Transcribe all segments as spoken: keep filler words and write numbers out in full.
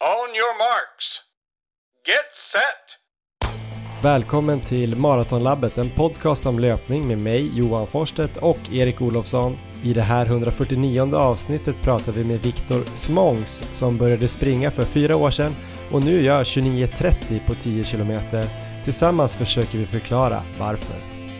On your marks. Get set! Välkommen till Maratonlabbet, en podcast om löpning med mig, Johan Forsstedt och Erik Olofsson. I det här hundrafyrtionionde avsnittet pratar vi med Viktor Smångs som började springa för fyra år sedan och nu gör tjugonio trettio på tio kilometer. Tillsammans försöker vi förklara varför.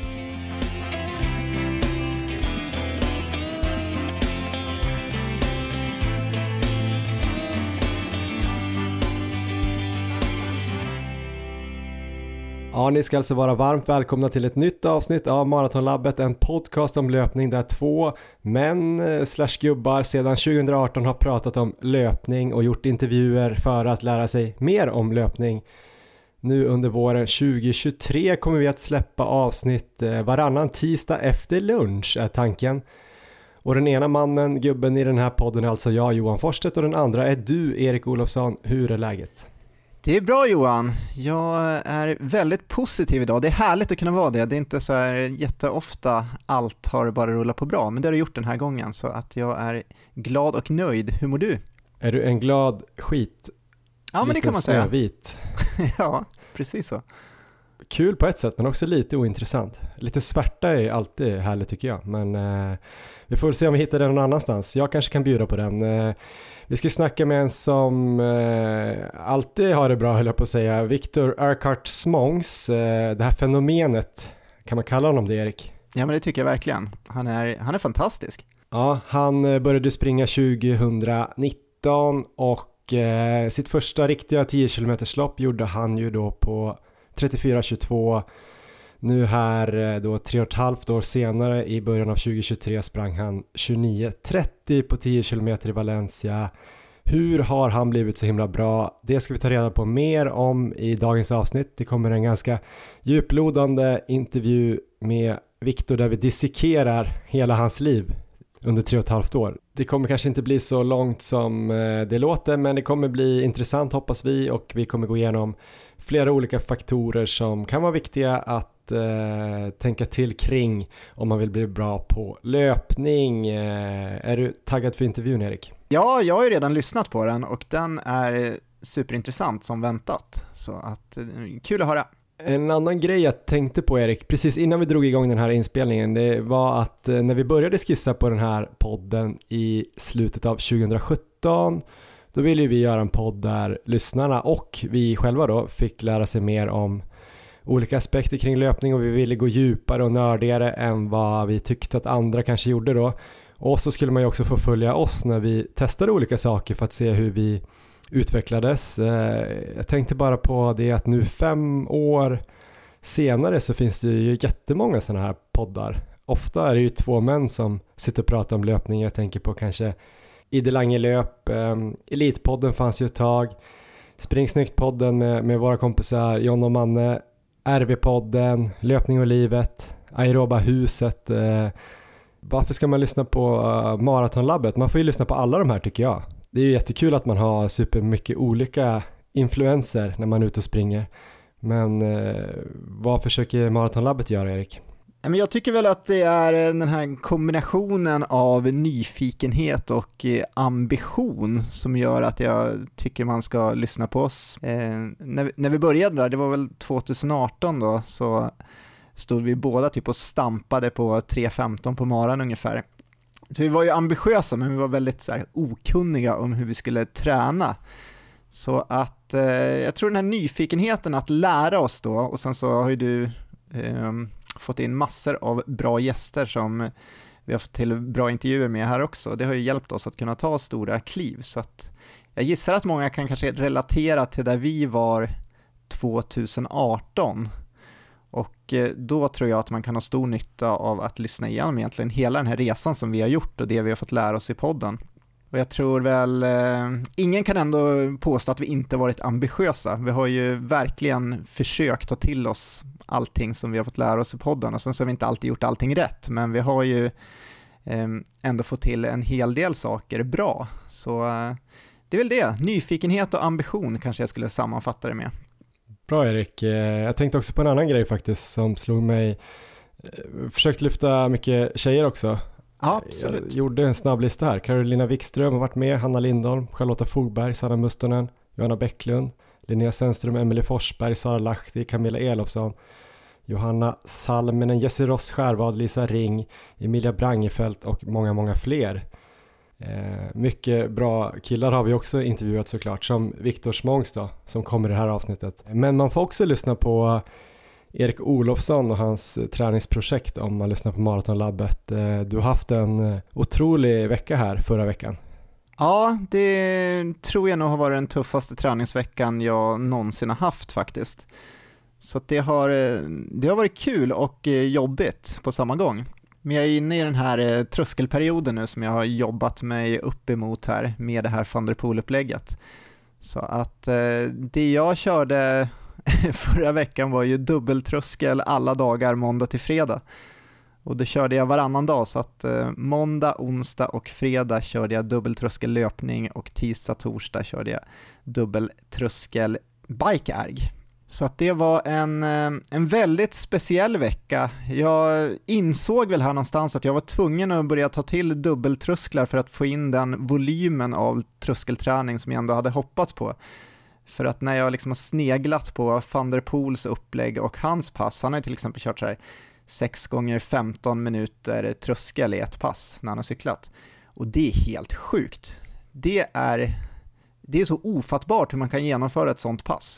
Ja, ni ska alltså vara varmt välkomna till ett nytt avsnitt av Maratonlabbet, en podcast om löpning där två män slash gubbar sedan tjugoarton har pratat om löpning och gjort intervjuer för att lära sig mer om löpning. Nu under våren tjugohundratjugotre kommer vi att släppa avsnitt varannan tisdag efter lunch är tanken. Och den ena mannen, gubben i den här podden är alltså jag, Johan Forsstedt, och den andra är du, Erik Olofsson. Hur är läget? Det är bra, Johan. Jag är väldigt positiv idag. Det är härligt att kunna vara det. Det är inte så här jätteofta allt har bara rullat på bra, men det har det gjort den här gången, så att jag är glad och nöjd. Hur mår du? Är du en glad skit? Ja, men det kan man säga. Snövit. Ja, precis så. Kul på ett sätt, men också lite ointressant. Lite svärta är alltid härligt tycker jag, men eh, vi får se om vi hittar den någon annanstans. Jag kanske kan bjuda på den. Eh, vi ska snacka med en som eh, alltid har det bra, höll jag på att säga. Viktor Urquhart Smångs. Eh, det här fenomenet, kan man kalla honom det, Erik? Ja, men det tycker jag verkligen. Han är, han är fantastisk. Ja, han började springa tjugonitton och eh, sitt första riktiga tio kilometerslopp gjorde han ju då på trettiofyra tjugotvå. Nu här då tre och ett halvt år senare i början av tjugohundratjugotre sprang han tjugonio trettio på tio kilometer i Valencia. Hur har han blivit så himla bra? Det ska vi ta reda på mer om i dagens avsnitt. Det kommer en ganska djuplodande intervju med Viktor där vi dissekerar hela hans liv under tre och ett halvt år. Det kommer kanske inte bli så långt som det låter, men det kommer bli intressant hoppas vi, och vi kommer gå igenom flera olika faktorer som kan vara viktiga att eh, tänka till kring om man vill bli bra på löpning. Eh, är du taggad för intervjun, Erik? Ja, jag har ju redan lyssnat på den och den är superintressant som väntat. Så att, kul att höra. En annan grej jag tänkte på, Erik, precis innan vi drog igång den här inspelningen, det var att när vi började skissa på den här podden i slutet av tjugosjutton, då ville vi göra en podd där lyssnarna och vi själva då fick lära sig mer om olika aspekter kring löpning, och vi ville gå djupare och nördigare än vad vi tyckte att andra kanske gjorde då. Och så skulle man ju också få följa oss när vi testade olika saker för att se hur vi utvecklades. Jag tänkte bara på det att nu fem år senare så finns det ju jättemånga sådana här poddar. Ofta är det ju två män som sitter och pratar om löpning. Jag tänker på kanske Idelange löp, um, Elitpodden fanns ju ett tag, Springsnyggt-podden med, med våra kompisar John och Manne, R V-podden, Löpning och livet, Aeroba huset. Uh, varför ska man lyssna på uh, Maratonlabbet? Man får ju lyssna på alla de här tycker jag. Det är ju jättekul att man har supermycket olika influenser när man är ute och springer. Men uh, vad försöker Maratonlabbet göra, Erik? Jag tycker väl att det är den här kombinationen av nyfikenhet och ambition som gör att jag tycker man ska lyssna på oss. Eh, när, vi, när vi började där, det var väl tjugoarton då, så stod vi båda typ och stampade på tre femton på maran ungefär. Så vi var ju ambitiösa, men vi var väldigt så här, okunniga om hur vi skulle träna. Så att eh, jag tror den här nyfikenheten att lära oss då, och sen så har ju du eh, fått in massor av bra gäster som vi har fått till bra intervjuer med här också. Det har ju hjälpt oss att kunna ta stora kliv, så att jag gissar att många kan kanske relatera till där vi var tjugoarton, och då tror jag att man kan ha stor nytta av att lyssna igenom egentligen hela den här resan som vi har gjort och det vi har fått lära oss i podden. Och jag tror väl, eh, ingen kan ändå påstå att vi inte varit ambitiösa. Vi har ju verkligen försökt ta till oss allting som vi har fått lära oss i podden, och sen så har vi inte alltid gjort allting rätt, men vi har ju eh, ändå fått till en hel del saker bra. Så eh, det är väl det, nyfikenhet och ambition kanske jag skulle sammanfatta det med. Bra, Erik, jag tänkte också på en annan grej faktiskt som slog mig. Försökt lyfta mycket tjejer också. Ja, absolut. Jag gjorde en snabb lista här. Carolina Wikström har varit med, Hanna Lindholm, Charlotta Fogberg, Sanna Mustonen, Johanna Bäcklund, Linnea Sennström, Emelie Forsberg, Sara Lahti, Camilla Elofsson, Johanna Salminen, Jessie Ross Skärvad, Lisa Ring, Emilia Brangefelt och många, många fler. Eh, mycket bra killar har vi också intervjuat såklart, som Viktor Smångs då, som kommer i det här avsnittet. Men man får också lyssna på Erik Olofsson och hans träningsprojekt om man lyssnar på Maratonlabbet. Eh, du har haft en otrolig vecka här förra veckan. Ja, det tror jag nog har varit den tuffaste träningsveckan jag någonsin har haft faktiskt. Så det har, det har varit kul och jobbigt på samma gång. Men jag är inne i den här tröskelperioden nu som jag har jobbat mig upp emot här med det här Van der Poel-upplägget. Så att det jag körde förra veckan var ju dubbeltröskel alla dagar måndag till fredag. Och det körde jag varannan dag, så att eh, måndag, onsdag och fredag körde jag dubbeltröskellöpning och tisdag, torsdag körde jag dubbeltröskel bikeerg. Så att det var en, eh, en väldigt speciell vecka. Jag insåg väl här någonstans att jag var tvungen att börja ta till dubbeltrösklar för att få in den volymen av tröskelträning som jag ändå hade hoppats på. För att när jag liksom har sneglat på Van der Poels upplägg och hans pass, han har ju till exempel kört så här sex gånger femton minuter tröskel i ett pass när han har cyklat. Och det är helt sjukt. Det är, det är så ofattbart hur man kan genomföra ett sånt pass.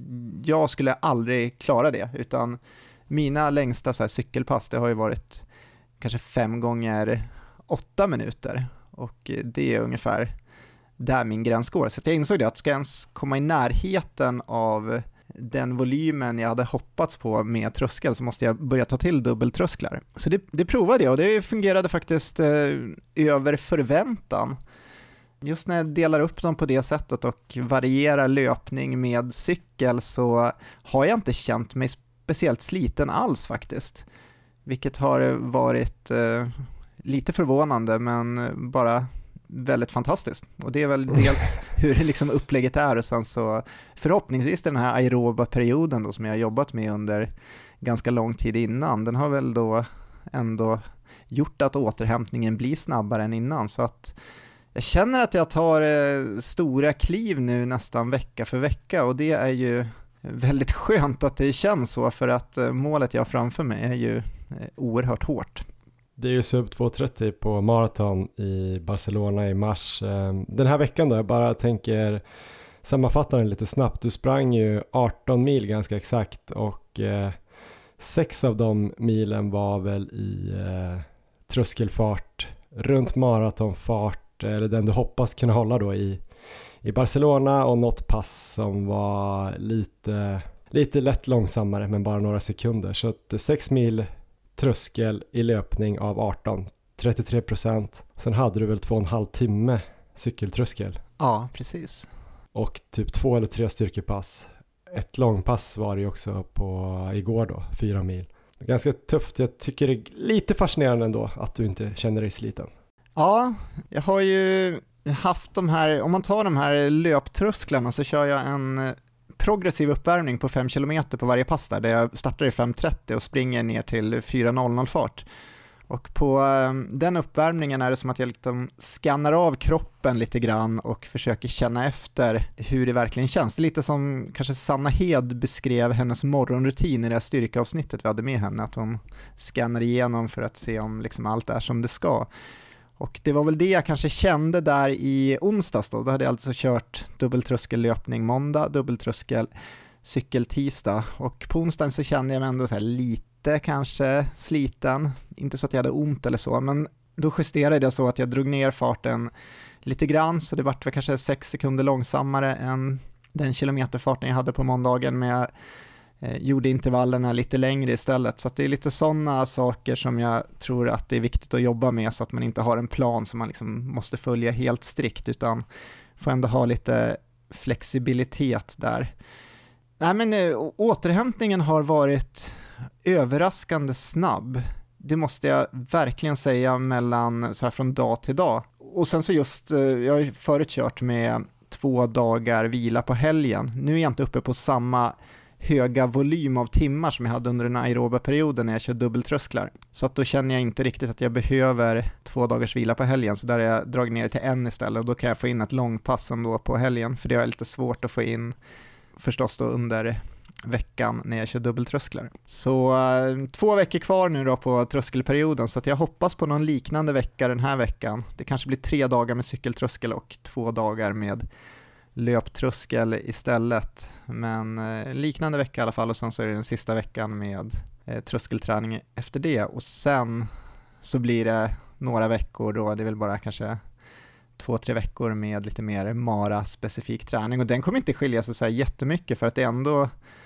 Jag skulle aldrig klara det, utan mina längsta så här cykelpass, det har ju varit kanske fem gånger åtta minuter. Och det är ungefär där min gräns går. Så jag insåg det, att ska jag ens komma i närheten av den volymen jag hade hoppats på med tröskel så måste jag börja ta till dubbeltrösklar. Så det, det provade jag och det fungerade faktiskt eh, över förväntan. Just när jag delar upp dem på det sättet och varierar löpning med cykel så har jag inte känt mig speciellt sliten alls faktiskt. Vilket har varit eh, lite förvånande men bara väldigt fantastiskt. Och det är väl dels hur liksom upplägget är och sen så förhoppningsvis den här aeroba perioden då som jag har jobbat med under ganska lång tid innan, den har väl då ändå gjort att återhämtningen blir snabbare än innan, så att jag känner att jag tar eh, stora kliv nu nästan vecka för vecka och det är ju väldigt skönt att det känns så, för att eh, målet jag har framför mig är ju eh, oerhört hårt. Det är ju sub två trettio på maraton i Barcelona i mars. Den här veckan då, jag bara tänker sammanfatta den lite snabbt. Du sprang ju arton mil ganska exakt och eh, sex av de milen var väl i eh, tröskelfart, runt maratonfart, eller den du hoppas kunna hålla då i, i Barcelona, och något pass som var lite, lite lätt långsammare men bara några sekunder. Så att sex mil tröskel i löpning av arton, trettiotre procent. Sen hade du väl två och en halv timme cykeltröskel. Ja, precis. Och typ två eller tre styrkepass. Ett långpass var det ju också på igår då, fyra mil. Ganska tufft. Jag tycker det är lite fascinerande ändå att du inte känner dig sliten. Ja, jag har ju haft de här, om man tar de här löptrösklarna så kör jag en progressiv uppvärmning på fem kilometer på varje pass där, där jag startar i fem trettio och springer ner till fyra noll noll fart. Och på den uppvärmningen är det som att jag liksom skannar av kroppen lite grann och försöker känna efter hur det verkligen känns. Det är lite som kanske Sanna Hed beskrev hennes morgonrutin i det här styrkeavsnittet vi hade med henne, att hon skannar igenom för att se om liksom allt är som det ska. Och det var väl det jag kanske kände där i onsdags då. Då hade jag alltså kört dubbeltröskellöpning måndag, dubbeltröskel cykel tisdag. Och på onsdagen så kände jag mig ändå så här lite kanske sliten. Inte så att jag hade ont eller så, men då justerade jag så att jag drog ner farten lite grann. Så det var väl kanske sex sekunder långsammare än den kilometerfarten jag hade på måndagen, men jag eh, gjorde intervallerna lite längre istället. Så att det är lite sådana saker som jag tror att det är viktigt att jobba med, så att man inte har en plan som man liksom måste följa helt strikt, utan får ändå ha lite flexibilitet där. Nej, men äh, återhämtningen har varit överraskande snabb. Det måste jag verkligen säga, mellan så här från dag till dag. Och sen så just, jag har ju förut kört med två dagar vila på helgen. Nu är jag inte uppe på samma höga volym av timmar som jag hade under den aeroba perioden när jag kör dubbeltrösklar. Så att då känner jag inte riktigt att jag behöver två dagars vila på helgen, så där har jag dragit ner till en istället och då kan jag få in ett långpass ändå på helgen, för det är lite svårt att få in förstås då under veckan när jag kör dubbeltrösklar. Så uh, två veckor kvar nu då på tröskelperioden, så att jag hoppas på någon liknande vecka den här veckan. Det kanske blir tre dagar med cykeltröskel och två dagar med löptröskel istället, men uh, liknande vecka i alla fall, och sen så är det den sista veckan med uh, tröskelträning efter det, och sen så blir det några veckor då, det är väl bara kanske två, tre veckor med lite mer mara-specifik träning, och den kommer inte skilja sig så här jättemycket, för att det är ändå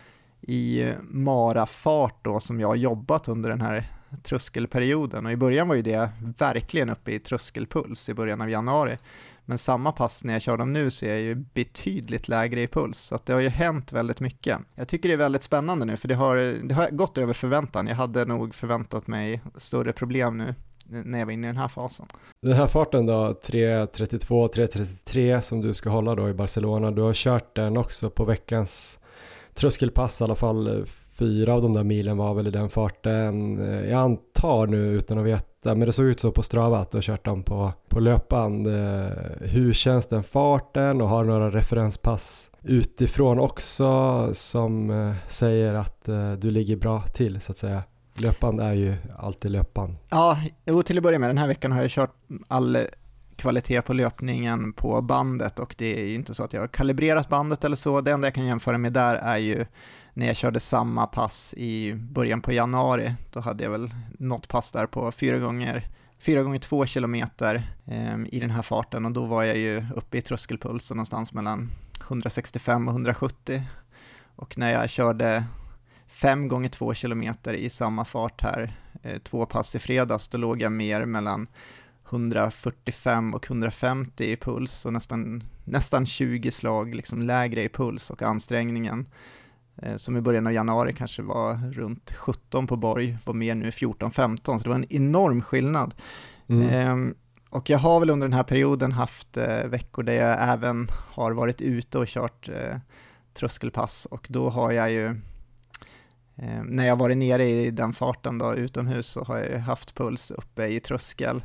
i mara-fart då som jag har jobbat under den här tröskelperioden, och i början var ju det verkligen uppe i tröskelpuls i början av januari, men samma pass när jag kör dem nu så är jag ju betydligt lägre i puls, så att det har ju hänt väldigt mycket. Jag tycker det är väldigt spännande nu, för det har, det har gått över förväntan. Jag hade nog förväntat mig större problem nu när jag var inne i den här fasen. Den här farten då, tre trettiotvå, tre trettiotre som du ska hålla då i Barcelona, du har kört den också på veckans tröskelpass, i alla fall fyra av de där milen var väl i den farten. Jag antar nu utan att veta, men det såg ut så på Strava att du har kört dem på, på löpband. Hur känns den farten, och har några referenspass utifrån också som säger att du ligger bra till så att säga? Löpband är ju alltid löpband. Ja, och till att börja med, den här veckan har jag kört all kvalitet på löpningen på bandet, och det är ju inte så att jag har kalibrerat bandet eller så. Det enda jag kan jämföra med där är ju när jag körde samma pass i början på januari. Då hade jag väl något pass där på fyra gånger fyra gånger två kilometer eh, i den här farten, och då var jag ju uppe i tröskelpuls någonstans mellan hundrasextiofem och hundrasjuttio, och när jag körde fem gånger två kilometer i samma fart här, eh, två pass i fredags, då låg jag mer mellan hundrafyrtiofem och hundrafemtio i puls, och nästan, nästan tjugo slag liksom lägre i puls, och ansträngningen eh, som i början av januari kanske var runt sjutton på Borg var mer nu fjorton femton, så det var en enorm skillnad. Mm. Eh, och jag har väl under den här perioden haft eh, veckor där jag även har varit ute och kört eh, tröskelpass, och då har jag ju eh, när jag varit nere i den farten då utomhus, så har jag haft puls uppe i tröskel.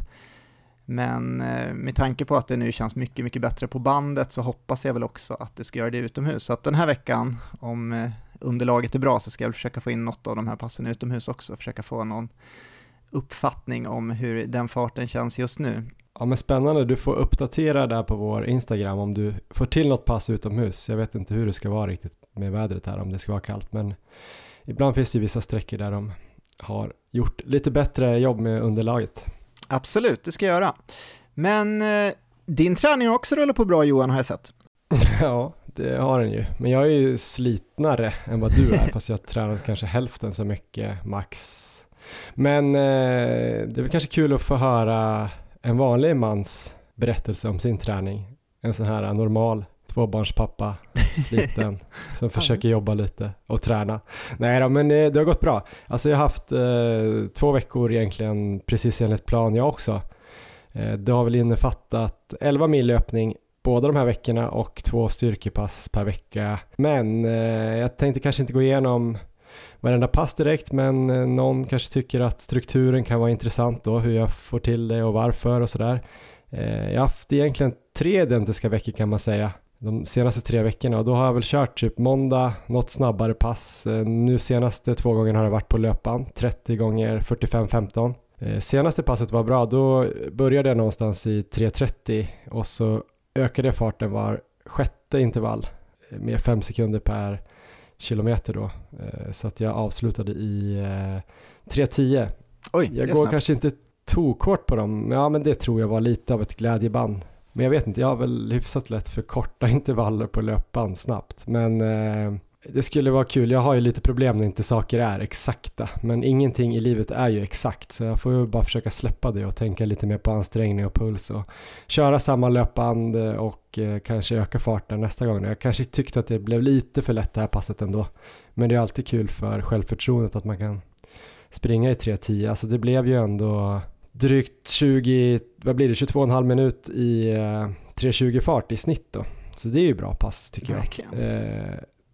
Men eh, med tanke på att det nu känns mycket, mycket bättre på bandet, så hoppas jag väl också att det ska göra det utomhus. Så att den här veckan, om eh, underlaget är bra, så ska jag försöka få in något av de här passen utomhus också. Försöka få någon uppfattning om hur den farten känns just nu. Ja, men spännande. Du får uppdatera där på vår Instagram om du får till något pass utomhus. Jag vet inte hur det ska vara riktigt med vädret här, om det ska vara kallt. Men ibland finns det ju vissa sträckor där de har gjort lite bättre jobb med underlaget. Absolut, det ska jag göra. Men eh, din träning har också rullat på bra, Johan, har jag sett. Ja, det har den ju. Men jag är ju slitnare än vad du är, fast jag har tränat kanske hälften så mycket max. Men eh, det är väl kanske kul att få höra en vanlig mans berättelse om sin träning. En sån här normal tvåbarnspappa, sliten, som försöker jobba lite och träna. Nej då, men det, det har gått bra. Alltså jag har haft eh, två veckor egentligen precis enligt plan jag också. Eh, det har väl innefattat elva mil löpning båda de här veckorna och två styrkepass per vecka. Men eh, jag tänkte kanske inte gå igenom varenda pass direkt, men eh, någon kanske tycker att strukturen kan vara intressant då, hur jag får till det och varför och sådär. Eh, jag har haft egentligen tre identiska veckor kan man säga. De senaste tre veckorna, och då har jag väl kört typ måndag, något snabbare pass. Nu senaste två gånger har det varit på löpband, trettio gånger fyrtiofem femton. Senaste passet var bra, då började jag någonstans i tre trettio och så ökade jag farten var sjätte intervall med fem sekunder per kilometer då. Så att jag avslutade i tre tio. Oj, jag går snabbt. Kanske inte tokort på dem, ja men det tror jag var lite av ett glädjeband. Men jag vet inte, jag har väl hyfsat lätt för korta intervaller på löpband snabbt. Men eh, det skulle vara kul. Jag har ju lite problem när inte saker är exakta. Men ingenting i livet är ju exakt. Så jag får ju bara försöka släppa det och tänka lite mer på ansträngning och puls. Och köra samma löpband och eh, kanske öka farten nästa gång. Jag kanske tyckte att det blev lite för lätt det här passet ändå. Men det är alltid kul för självförtroendet att man kan springa i tre tio. Alltså det blev ju ändå drygt tjugo, vad blir det, tjugotvå och en halv minut i eh, tre tjugo fart i snitt då. Så det är ju bra pass tycker Verkligen. jag. Eh,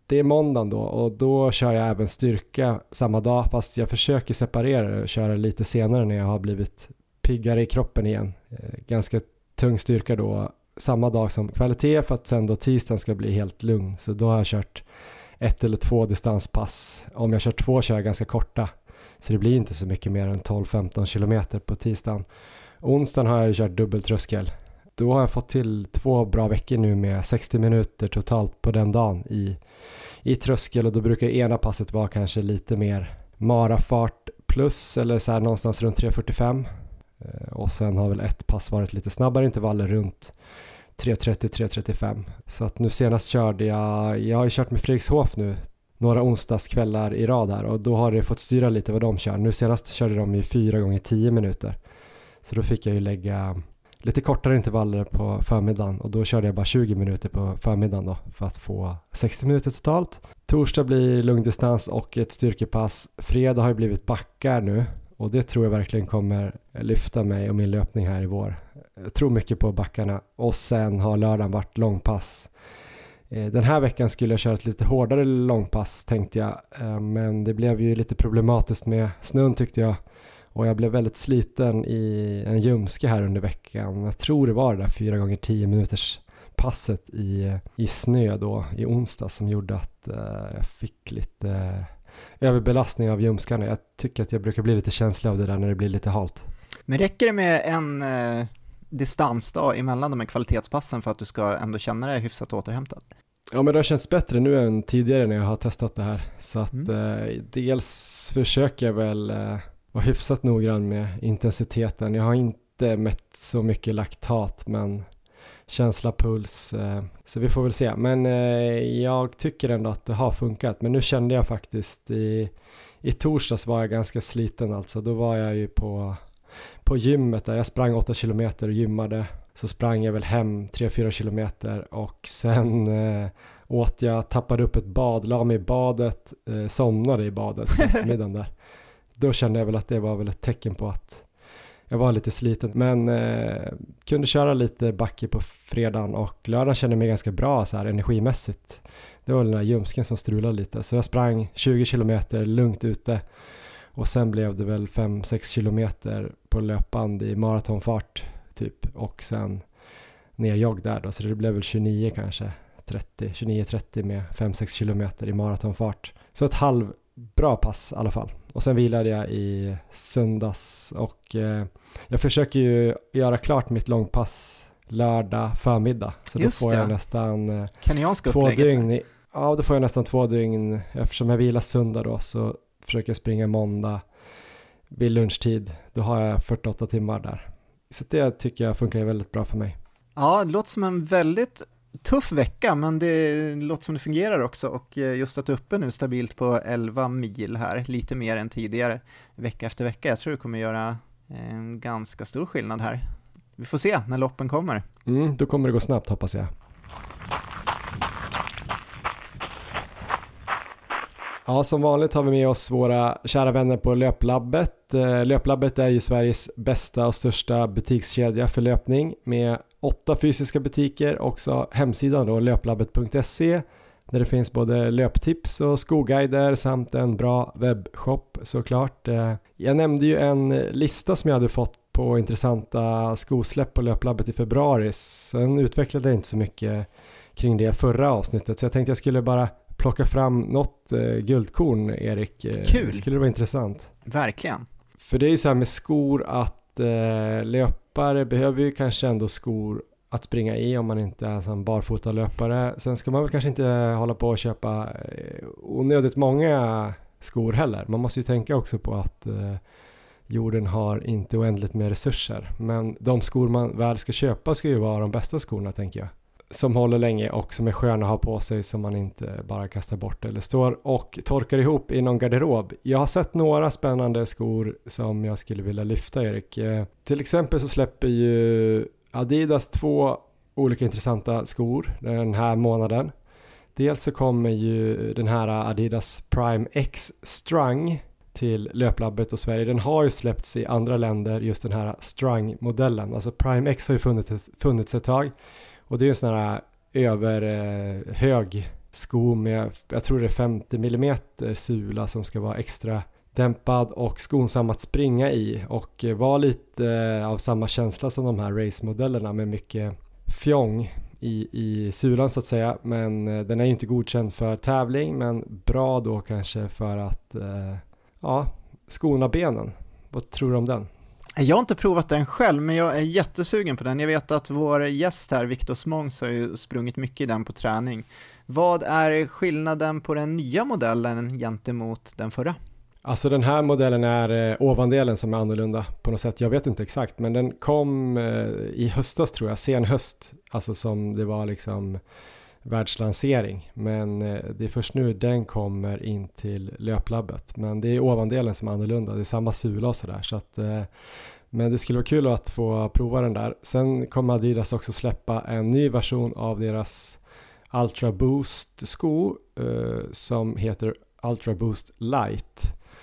det är måndagen då och då kör jag även styrka samma dag, fast jag försöker separera det och köra lite senare när jag har blivit piggare i kroppen igen. Ganska tung styrka då samma dag som kvalitet, för att sen då tisdagen ska bli helt lugn. Så då har jag kört ett eller två distanspass. Om jag kör två kör jag ganska korta, så det blir inte så mycket mer än tolv femton kilometer på tisdagen. Onsdagen har jag kört dubbeltröskel. Då har jag fått till två bra veckor nu med sextio minuter totalt på den dagen i, i tröskel, och då brukar ena passet vara kanske lite mer marafart plus eller så här någonstans runt tre fyrtiofem, och sen har väl ett pass varit lite snabbare intervaller runt tre trettio tre trettiofem. Så att nu senast körde jag, jag har ju kört med Fredrikshof nu några onsdagskvällar i rad här, och då har det fått styra lite vad de kör. Nu senast körde de i fyra gånger tio minuter, så då fick jag ju lägga lite kortare intervaller på förmiddagen, och då körde jag bara tjugo minuter på förmiddagen då för att få sextio minuter totalt. Torsdag blir lungdistans och ett styrkepass. Fredag har ju blivit backar nu, och det tror jag verkligen kommer lyfta mig och min löpning här i vår. Jag tror mycket på backarna, och sen har lördagen varit långpass. Den här veckan skulle jag köra ett lite hårdare långpass tänkte jag, men det blev ju lite problematiskt med snön tyckte jag. Och jag blev väldigt sliten i en ljumske här under veckan. Jag tror det var det där fyra gånger tio minuters passet i, i snö då i onsdag som gjorde att uh, jag fick lite uh, överbelastning av ljumskarna. Jag tycker att jag brukar bli lite känslig av det där när det blir lite halt. Men räcker det med en uh, distansdag emellan de här kvalitetspassen för att du ska ändå känna dig hyfsat återhämtad? Ja, men det har känts bättre nu än tidigare när jag har testat det här. Så att mm. uh, dels försöker jag väl... Uh, var hyfsat noggrann med intensiteten. Jag har inte mätt så mycket laktat, men känsla, puls, eh, så vi får väl se. Men eh, jag tycker ändå att det har funkat. Men nu kände jag faktiskt i, i torsdags var jag ganska sliten alltså. Då var jag ju på, på gymmet där jag sprang åtta kilometer och gymmade. Så sprang jag väl hem tre fyra kilometer och sen eh, åt jag, tappade upp ett bad, la mig i badet, eh, somnade i badet på eftermiddagen där. Då kände jag väl att det var väl ett tecken på att jag var lite sliten. Men eh, kunde köra lite backe på fredagen, och lördagen kände mig ganska bra så här energimässigt. Det var den där ljumsken som strulade lite. Så jag sprang tjugo kilometer lugnt ute. Och sen blev det väl fem sex kilometer på löpband i maratonfart typ. Och sen ner jogg där då. Så det blev väl tjugonio kanske. trettio, tjugonio trettio med fem sex kilometer i maratonfart. Så ett halv bra pass i alla fall. Och sen vilade jag i söndags, och eh, jag försöker ju göra klart mitt långpass lördag förmiddag. Så Just då får det. jag nästan eh, Kenyanska två upplägget. dygn i, ja, då får jag nästan två dygn. Eftersom jag vilar söndag då, så försöker jag springa måndag vid lunchtid. Då har jag fyrtioåtta timmar där. Så det tycker jag funkar väldigt bra för mig. Ja, det låter som en väldigt tuff vecka, men det låter som det fungerar också, och just att du är uppe nu stabilt på elva mil här, lite mer än tidigare vecka efter vecka. Jag tror det kommer göra en ganska stor skillnad här. Vi får se när loppen kommer. Mm, då kommer det gå snabbt hoppas jag. Ja, som vanligt har vi med oss våra kära vänner på Löplabbet. Löplabbet är ju Sveriges bästa och största butikskedja för löpning med åtta fysiska butiker, också hemsidan då löplabbet punkt se, där det finns både löptips och skoguider samt en bra webbshop såklart. Jag nämnde ju en lista som jag hade fått på intressanta skosläpp på Löplabbet i februari. Sen utvecklade jag inte så mycket kring det förra avsnittet, så jag tänkte jag skulle bara plocka fram något eh, guldkorn, Erik. Kul! Skulle det vara intressant. Verkligen. För det är ju så här med skor att eh, löpare behöver ju kanske ändå skor att springa i om man inte är en barfota löpare. Sen ska man väl kanske inte hålla på och köpa eh, onödigt många skor heller. Man måste ju tänka också på att eh, jorden har inte oändligt med resurser. Men de skor man väl ska köpa ska ju vara de bästa skorna, tänker jag. Som håller länge och som är sköna att ha på sig, som man inte bara kastar bort eller står och torkar ihop i någon garderob. Jag har sett några spännande skor som jag skulle vilja lyfta, Erik. Eh, till exempel så släpper ju Adidas två olika intressanta skor den här månaden. Dels så kommer ju den här Adidas Prime X Strung till Löplabbet och Sverige. Den har ju släppts i andra länder, just den här Strung-modellen. Alltså Prime X har ju funnits, funnits ett tag. Och det är ju en sån här överhög sko med, jag tror det är femtio millimeter sula som ska vara extra dämpad och skonsam att springa i och var lite av samma känsla som de här racemodellerna med mycket fjong i, i sulan så att säga, men den är ju inte godkänd för tävling, men bra då kanske för att eh, ja, skona benen. Vad tror du om den? Jag har inte provat den själv, men jag är jättesugen på den. Jag vet att vår gäst här, Viktor Smångs, har ju sprungit mycket i den på träning. Vad är skillnaden på den nya modellen gentemot den förra? Alltså den här modellen är eh, ovandelen som är annorlunda på något sätt. Jag vet inte exakt, men den kom eh, i höstas tror jag, sen höst. Alltså som det var liksom världslansering. Men eh, det är först nu den kommer in till löplabbet. Men det är ovandelen som är annorlunda. Det är samma sula och sådär. Så att, eh, men det skulle vara kul att få prova den där. Sen kommer Adidas också släppa en ny version av deras Ultra Boost sko eh, som heter Ultra Boost Light.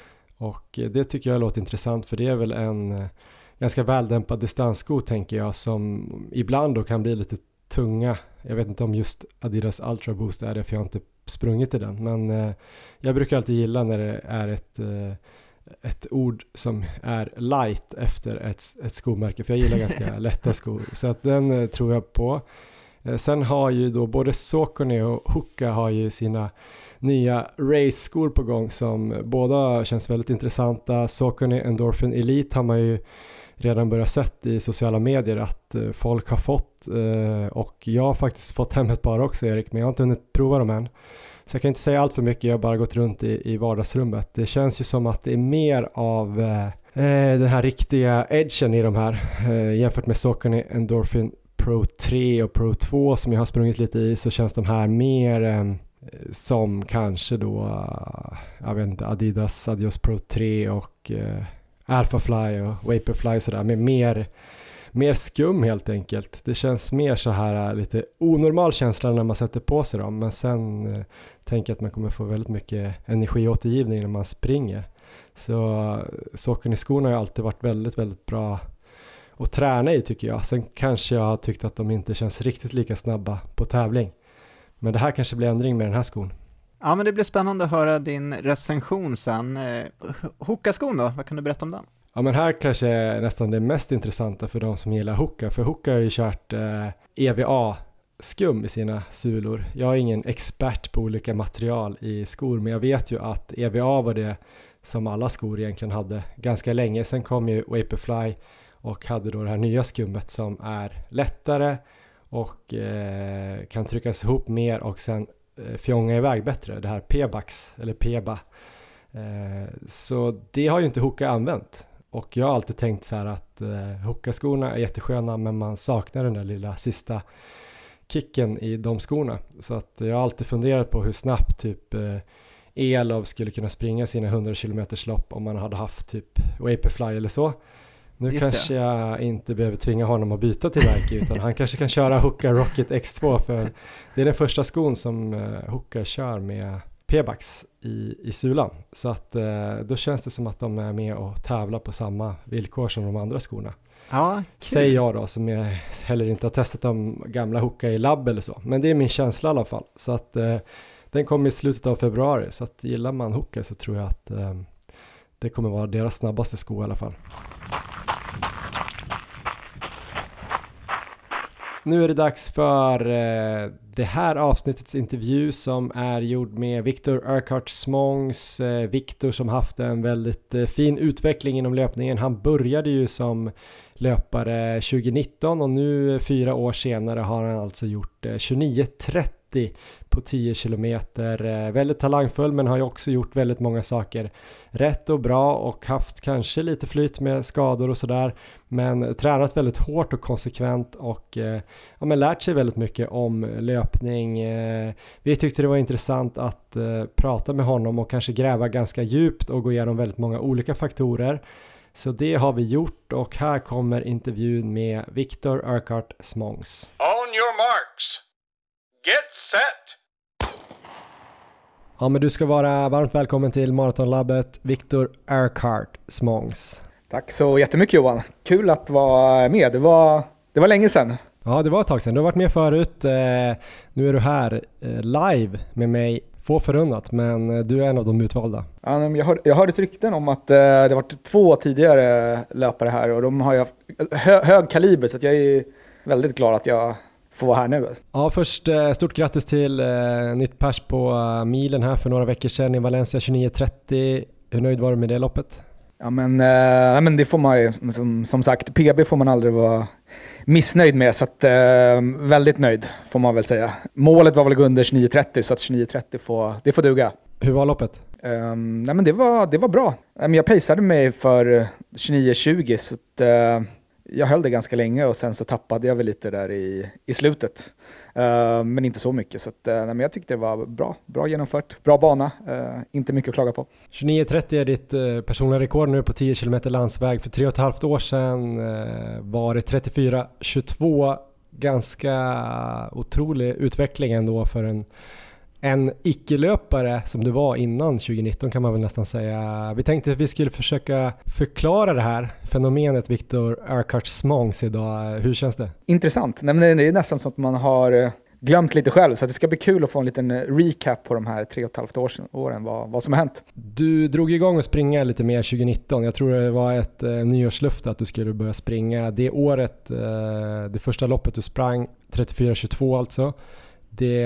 Och det tycker jag låter intressant, för det är väl en ganska väldämpad distanssko tänker jag, som ibland då kan bli lite tunga. Jag vet inte om just Adidas Ultra Boost är det, för jag har inte sprungit i den. Men eh, jag brukar alltid gilla när det är ett, eh, ett ord som är light efter ett, ett skomärke, för jag gillar ganska lätta skor. Så att den eh, tror jag på. Eh, sen har ju då både Saucony och Hoka har ju sina nya race-skor på gång som båda känns väldigt intressanta. Saucony Endorphin Elite har man ju redan börjat sett i sociala medier att uh, folk har fått uh, och jag har faktiskt fått hem ett par också, Erik, men jag har inte hunnit prova dem än. Så jag kan inte säga allt för mycket, jag har bara gått runt i, i vardagsrummet. Det känns ju som att det är mer av uh, uh, den här riktiga edgen i de här uh, jämfört med Saucony Endorphin Pro tre och Pro två som jag har sprungit lite i, så känns de här mer um, som kanske då jag vet inte, Adidas Adios Pro tre och uh, Alphafly och Vaporfly och sådär, med mer, mer skum helt enkelt. Det känns mer så här lite onormal känsla när man sätter på sig dem, men sen uh, tänker jag att man kommer få väldigt mycket energiåtergivning när man springer. Så Saucony-skorna har ju alltid varit väldigt, väldigt bra att träna i tycker jag. Sen kanske jag har tyckt att de inte känns riktigt lika snabba på tävling. Men det här kanske blir ändring med den här skon. Ja, men det blir spännande att höra din recension sen. Hoka-skon då, vad kan du berätta om den? Ja, men här kanske är nästan det mest intressanta för de som gillar Hoka. För Hoka har ju kört eh, E V A-skum i sina sulor. Jag är ingen expert på olika material i skor, men jag vet ju att E V A var det som alla skor egentligen hade ganska länge. Sen kom ju Vaporfly och hade då det här nya skummet som är lättare och eh, kan tryckas ihop mer och sen eh, fjonga iväg bättre. Det här Pebax eller Peba. Eh, så det har ju inte Hoka använt. Och jag har alltid tänkt så här att eh, Hoka-skorna är jättesköna, men man saknar den där lilla sista kicken i de skorna. Så att jag har alltid funderat på hur snabbt typ eh, Elov skulle kunna springa sina hundra kilometers lopp om man hade haft typ Vaporfly eller så. Nu Just kanske det. jag inte behöver tvinga honom att byta till Nike, utan han kanske kan köra Hoka Rocket X två, för det är den första skon som uh, Hoka kör med Pebax i, i sulan. Så att uh, då känns det som att de är med och tävlar på samma villkor som de andra skorna. Ja, säger jag då, som jag heller inte har testat de gamla Hoka i labb eller så. Men det är min känsla i alla fall. Så att uh, den kommer i slutet av februari, så att gillar man Hoka så tror jag att uh, det kommer vara deras snabbaste sko i alla fall. Nu är det dags för eh, det här avsnittets intervju som är gjord med Viktor Urquhart Smångs. Eh, Viktor som haft en väldigt eh, fin utveckling inom löpningen. Han började ju som löpare tjugonitton och nu fyra år senare har han alltså gjort eh, tjugonio trettio på tio kilometer. Eh, väldigt talangfull, men har ju också gjort väldigt många saker rätt och bra och haft kanske lite flyt med skador och sådär, men tränat väldigt hårt och konsekvent och eh, ja, men lärt sig väldigt mycket om löpning. Eh, vi tyckte det var intressant att eh, prata med honom och kanske gräva ganska djupt och gå igenom väldigt många olika faktorer. Så det har vi gjort och här kommer intervjun med Viktor Urquhart Smångs. On your marks. Get set! Ja, men du ska vara varmt välkommen till Maratonlabbet, Viktor Urquhart Smångs. Tack så jättemycket Johan. Kul att vara med. Det var, det var länge sedan. Ja, det var ett tag sedan. Du har varit med förut. Eh, nu är du här eh, live med mig. Få förunnat, men du är en av de utvalda. Ja, men jag, hör, jag hörde rykten om att eh, det har varit två tidigare löpare här och de har ju haft hö, hög kaliber, så att jag är väldigt glad att jag får vara här nu. Ja, först eh, stort grattis till eh, nytt pers på uh, milen här för några veckor sedan i Valencia tjugonio trettio. Hur nöjd var du med det loppet? Ja, men, eh, men det får man ju, som, som sagt, P B får man aldrig vara missnöjd med, så att, eh, väldigt nöjd får man väl säga. Målet var väl att gå under tjugonio trettio, så att tjugonio trettio får, det får duga. Hur var loppet? Um, nej, men det, var, det var bra. Um, jag paceade mig för tjugonio tjugo, så att, uh, jag höll det ganska länge och sen så tappade jag väl lite där i, i slutet. Uh, men inte så mycket, så att, uh, nej, men jag tyckte det var bra, bra genomfört, bra bana, uh, inte mycket att klaga på. tjugonio trettio är ditt uh, personliga rekord nu på tio kilometer landsväg. För tre och ett halvt år sedan uh, var det trettiofyra tjugotvå. Ganska otrolig utveckling ändå för en En icke-löpare som du var innan tjugonitton, kan man väl nästan säga. Vi tänkte att vi skulle försöka förklara det här fenomenet Viktor Urquhart-Smonks idag. Hur känns det? Intressant. Nej, men det är nästan så att man har glömt lite själv, så att det ska bli kul att få en liten recap på de här tre och ett halvt åren, vad, vad som har hänt. Du drog igång och springa lite mer tjugonitton. Jag tror det var ett eh, nyårslöfte att du skulle börja springa. Det året, eh, det första loppet du sprang, trettiofyra tjugotvå alltså. Det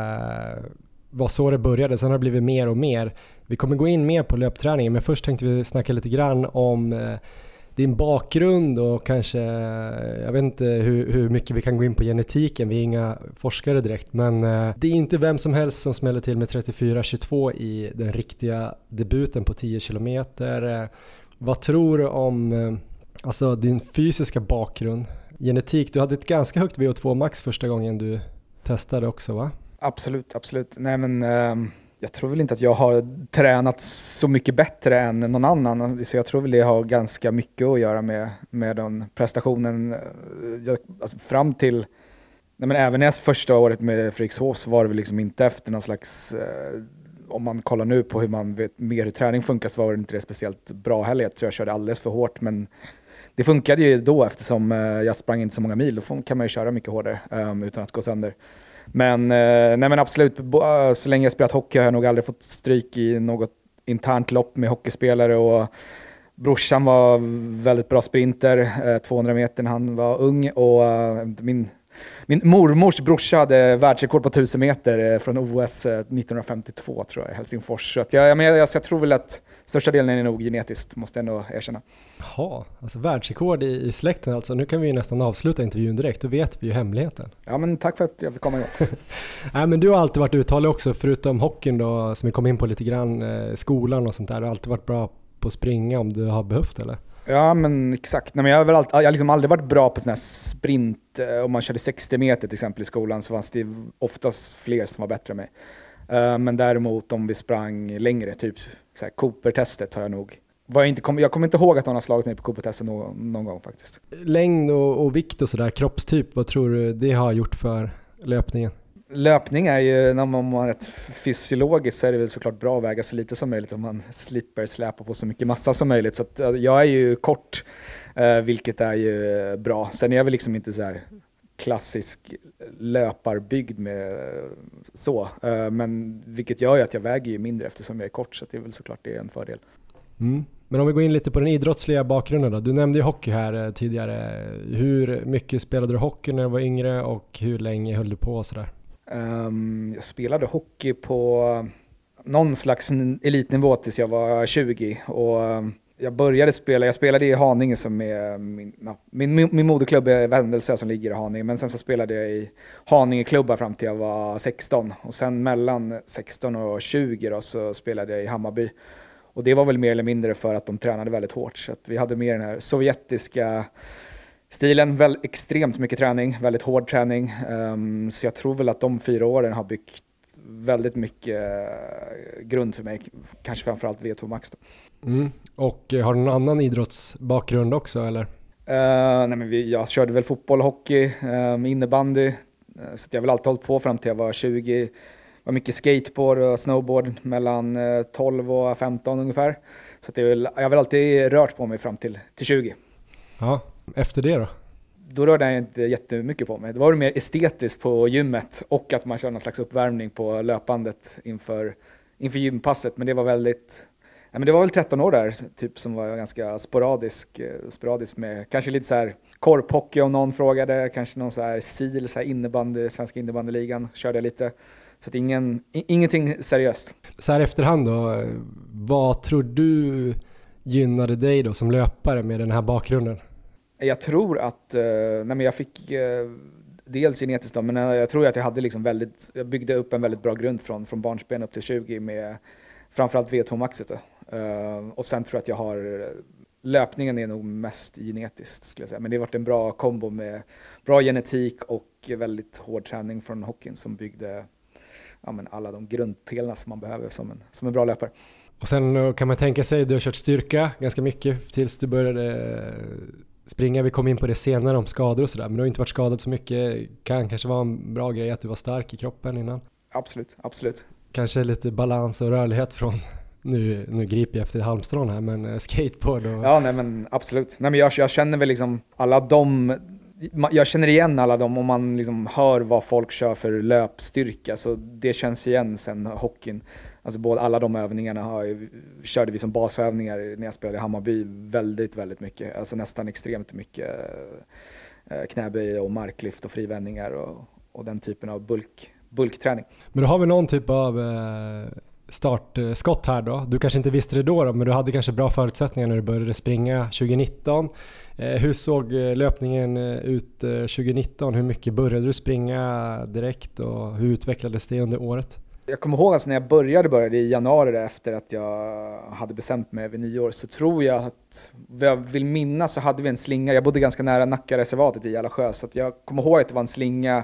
var så det började, sen har det blivit mer och mer. Vi kommer gå in mer på löpträningen, men först tänkte vi snacka lite grann om eh, din bakgrund och kanske, jag vet inte hur, hur mycket vi kan gå in på genetiken, vi är inga forskare direkt, men eh, det är inte vem som helst som smäller till med trettiofyra tjugotvå i den riktiga debuten på tio kilometer. Eh, vad tror du om eh, alltså din fysiska bakgrund, genetik? Du hade ett ganska högt V O två max första gången du testade också, va? Absolut, absolut. Nej, men eh, jag tror väl inte att jag har tränat så mycket bättre än någon annan. Så jag tror väl det har ganska mycket att göra med, med den prestationen. Jag, alltså fram till, nej, men även när första året med Fredrikshovs var det väl liksom inte efter någon slags, eh, om man kollar nu på hur man vet mer hur träning funkar, så var det inte det speciellt bra heller. Jag tror jag körde alldeles för hårt, men det funkade ju då eftersom eh, jag sprang inte så många mil. Då kan man ju köra mycket hårdare um, utan att gå sönder. Men, eh, nej men absolut, så länge jag spelat hockey har jag nog aldrig fått stryk i något internt lopp med hockeyspelare. Och brorsan var väldigt bra sprinter, eh, tvåhundra meter när han var ung. Och eh, min, min mormors brorsa hade världsrekord på tusen meter eh, från O S eh, nittonhundrafemtiotvå, tror jag, i Helsingfors. Så att jag, jag, jag, jag tror väl att största delen är nog genetiskt, måste jag ändå erkänna. Jaha, alltså världsrekord i, i släkten alltså. Nu kan vi ju nästan avsluta intervjun direkt, då vet vi ju hemligheten. Ja, men tack för att jag fick komma igång. Nej, men du har alltid varit uttalig också, förutom hockeyn då, som vi kom in på lite grann, eh, skolan och sånt där. Du har alltid varit bra på att springa om du har behövt, eller? Ja, men exakt. Nej, men jag har väl alltid, jag har liksom aldrig varit bra på sån här sprint. Om man körde sextio meter till exempel i skolan, så fanns det oftast fler som var bättre än mig. Uh, men däremot om vi sprang längre, typ så här, Cooper-testet har jag nog... Var jag, inte kom, jag kommer inte ihåg att någon har slagit mig på Cooper-testet någon, någon gång faktiskt. Längd och, och vikt och sådär, kroppstyp, vad tror du det har gjort för löpningen? Löpning är ju, när man är rätt fysiologiskt, så är det väl såklart bra att väga så lite som möjligt om man slipper släpa på så mycket massa som möjligt. Så att, jag är ju kort, uh, vilket är ju bra. Sen är jag väl liksom inte så här klassisk löparbyggd med så, men vilket gör ju att jag väger ju mindre eftersom jag är kort, så det är väl såklart det är en fördel. Mm. Men om vi går in lite på den idrottsliga bakgrunden då. Du nämnde ju hockey här tidigare. Hur mycket spelade du hockey när du var yngre och hur länge höll du på och sådär? Um, jag spelade hockey på någon slags elitnivå tills jag var tjugo, och jag började spela, jag spelade i Haninge som är min, ja, min, min, min moderklubb är Vändelsö som ligger i Haninge, men sen så spelade jag i Haningeklubbar fram till jag var sexton, och sen mellan sexton och tjugo då, så spelade jag i Hammarby, och det var väl mer eller mindre för att de tränade väldigt hårt, så att vi hade mer den här sovjetiska stilen, väl extremt mycket träning, väldigt hård träning, um, så jag tror väl att de fyra åren har byggt väldigt mycket uh, grund för mig, kanske framförallt V två Max då. Mm. Och har du någon annan idrottsbakgrund också, eller? Uh, nej men vi, jag körde väl fotboll, hockey, um, innebandy, uh, så jag har väl alltid hållit på fram till jag var tjugo. Var mycket skateboard och snowboard mellan uh, tolv och femton ungefär. Så att det är väl, jag har väl alltid rört på mig fram till, till tjugo. Ja, efter det då? då rörde jag inte jättemycket på mig. Det var mer estetiskt på gymmet och att man kör någon slags uppvärmning på löpandet inför, inför gympasset. Men det var väldigt, ja, men det var väl tretton år där typ, som var ganska sporadisk, sporadisk med kanske lite så här korphockey om någon frågade, kanske någon så här sil, så här innebandy, svenska innebandyligan körde jag lite. Så att ingen, ingenting seriöst. Så här efterhand då, vad tror du gynnade dig då som löpare med den här bakgrunden? Jag tror att, nej men jag fick dels genetiskt då, men jag tror att jag hade liksom väldigt, jag byggde upp en väldigt bra grund från, från barnsben upp till tjugo med framförallt V två-maxet. Och sen tror jag att jag har, löpningen är nog mest genetiskt skulle jag säga, men det har varit en bra kombo med bra genetik och väldigt hård träning från hockeyn som byggde, ja, men alla de grundpelarna som man behöver som en, som en bra löpare. Och sen kan man tänka sig, du har kört styrka ganska mycket tills du började springa. Vi kom in på det senare om skador och sådär, men du har inte varit skadad så mycket. Kan kanske vara en bra grej att du var stark i kroppen innan. Absolut, absolut. Kanske lite balans och rörlighet från, nu, nu griper jag efter halmstrån här, men skateboard och... Ja, nej men absolut. Nej, men jag, jag känner väl liksom alla de, jag känner igen alla dem om man liksom hör vad folk kör för löpstyrka, så det känns igen sen hockeyn. Alltså både alla de övningarna har, körde vi som basövningar när jag spelade i Hammarby väldigt, väldigt mycket. Alltså nästan extremt mycket knäböj och marklyft och frivändningar och, och den typen av bulk, bulkträning. Men då har vi någon typ av startskott här då. Du kanske inte visste det då, då men du hade kanske bra förutsättningar när du började springa tjugonitton. Hur såg löpningen ut tjugonitton? Hur mycket började du springa direkt och hur utvecklades det under året? Jag kommer ihåg att när jag började, började i januari efter att jag hade bestämt mig vid nyår, så tror jag att, vad jag vill minnas, så hade vi en slinga. Jag bodde ganska nära Nackareservatet i Järlasjö, så att jag kommer ihåg att det var en slinga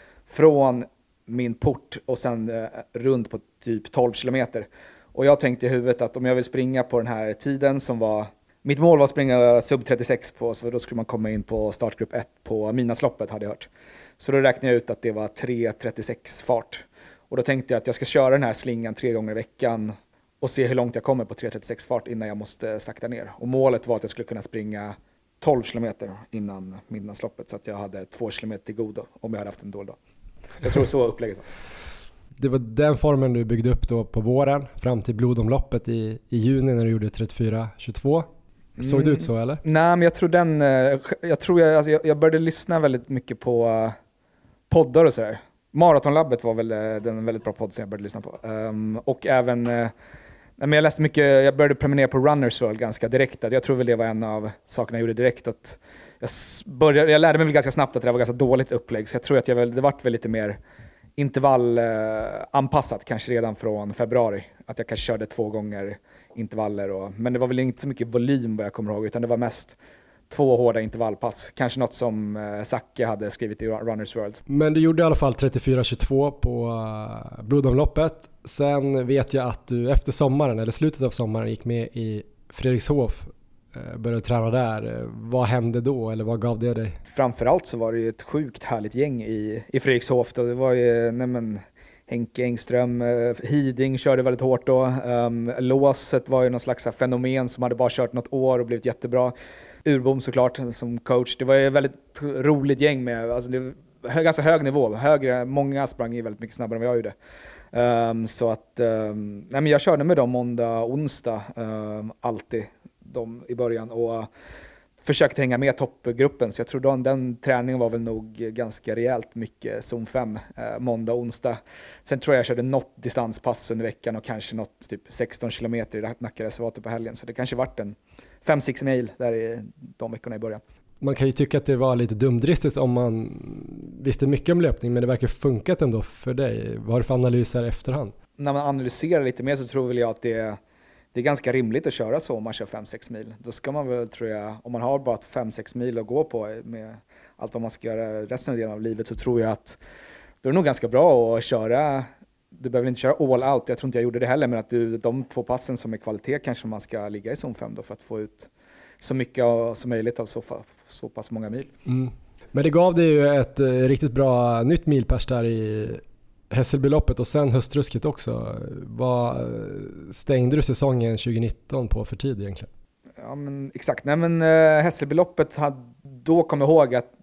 från min port och sen eh, runt på typ tolv kilometer. Och jag tänkte i huvudet att om jag vill springa på den här tiden som var, mitt mål var att springa sub trettiosex på, så då skulle man komma in på startgrupp ett på Midnattsloppet hade jag hört. Så då räknade jag ut att det var tre trettiosex fart. Och då tänkte jag att jag ska köra den här slingan tre gånger i veckan och se hur långt jag kommer på tre trettiosex fart innan jag måste sakta ner. Och målet var att jag skulle kunna springa tolv kilometer innan Midnattsloppet, så att jag hade två kilometer till godo om jag hade haft en dålig dag. Jag tror så upplägget var. Det var den formen du byggde upp då på våren fram till blodomloppet i, i juni när du gjorde trettiofyra tjugotvå. Såg mm. det ut så eller? Nej, men jag tror den, jag tror jag, alltså jag, jag började lyssna väldigt mycket på uh, poddar och sådär. Maratonlabbet var väl den väldigt bra podd som jag började lyssna på. Um, och även, uh, men jag läste mycket, jag började prenumerera på Runners World ganska direkt. Jag tror väl det var en av sakerna jag gjorde direkt. Att jag, började, jag lärde mig väl ganska snabbt att det var ganska dåligt upplägg. Så jag tror att jag väl, det vart väl lite mer intervallanpassat uh, kanske redan från februari. Att jag kanske körde två gånger intervaller. Och, men det var väl inte så mycket volym vad jag kommer ihåg, utan det var mest två hårda intervallpass. Kanske något som eh, Zacke hade skrivit i Runners World. Men du gjorde i alla fall trettiofyra tjugotvå på uh, blodomloppet. Sen vet jag att du efter sommaren, eller slutet av sommaren, gick med i Fredrikshof. Uh, började träna där. Uh, vad hände då, eller vad gav det dig? Framförallt så var det ju ett sjukt härligt gäng i, i Fredrikshof. Då. Det var ju, nej men, Henke Engström, uh, Hiding körde väldigt hårt då. Um, Låset var ju någon slags fenomen som hade bara kört något år och blivit jättebra. Urbom såklart som coach. Det var ett väldigt roligt gäng med, alltså det var ganska hög nivå. Högre, många sprang i väldigt mycket snabbare än vad jag gjorde. Um, så att, um, nej men jag körde med dem måndag, onsdag, um, alltid de i början och uh, försökte hänga med toppgruppen. Så jag tror då, den träningen var väl nog ganska rejält mycket zon fem, uh, måndag, onsdag. Sen tror jag jag körde något distanspass under veckan och kanske något typ sexton kilometer i Nackareservatet på helgen. Så det kanske vart en fem sex mil där i de veckorna i början. Man kan ju tycka att det var lite dumdristigt om man visste mycket om löpning, men det verkar funkat ändå för dig. Vad har du för analyser efterhand? När man analyserar lite mer så tror väl jag att det är, det är ganska rimligt att köra så om man kör fem sex mil. Då ska man väl, tror jag, om man har bara fem sex mil att gå på med allt vad man ska göra resten av livet, så tror jag att då är det nog ganska bra att köra. Du behöver inte köra all out, jag tror inte jag gjorde det heller, men att du, de två passen som är kvalitet kanske man ska ligga i zon fem då för att få ut så mycket som möjligt av så, så pass många mil. Mm. Men det gav dig ju ett eh, riktigt bra nytt milpers där i Hässelbyloppet och sen höstrusket också. Vad stängde du säsongen tjugonitton på för tid egentligen? Ja men exakt, nej men uh, Hässelbyloppet hade, då kom jag ihåg att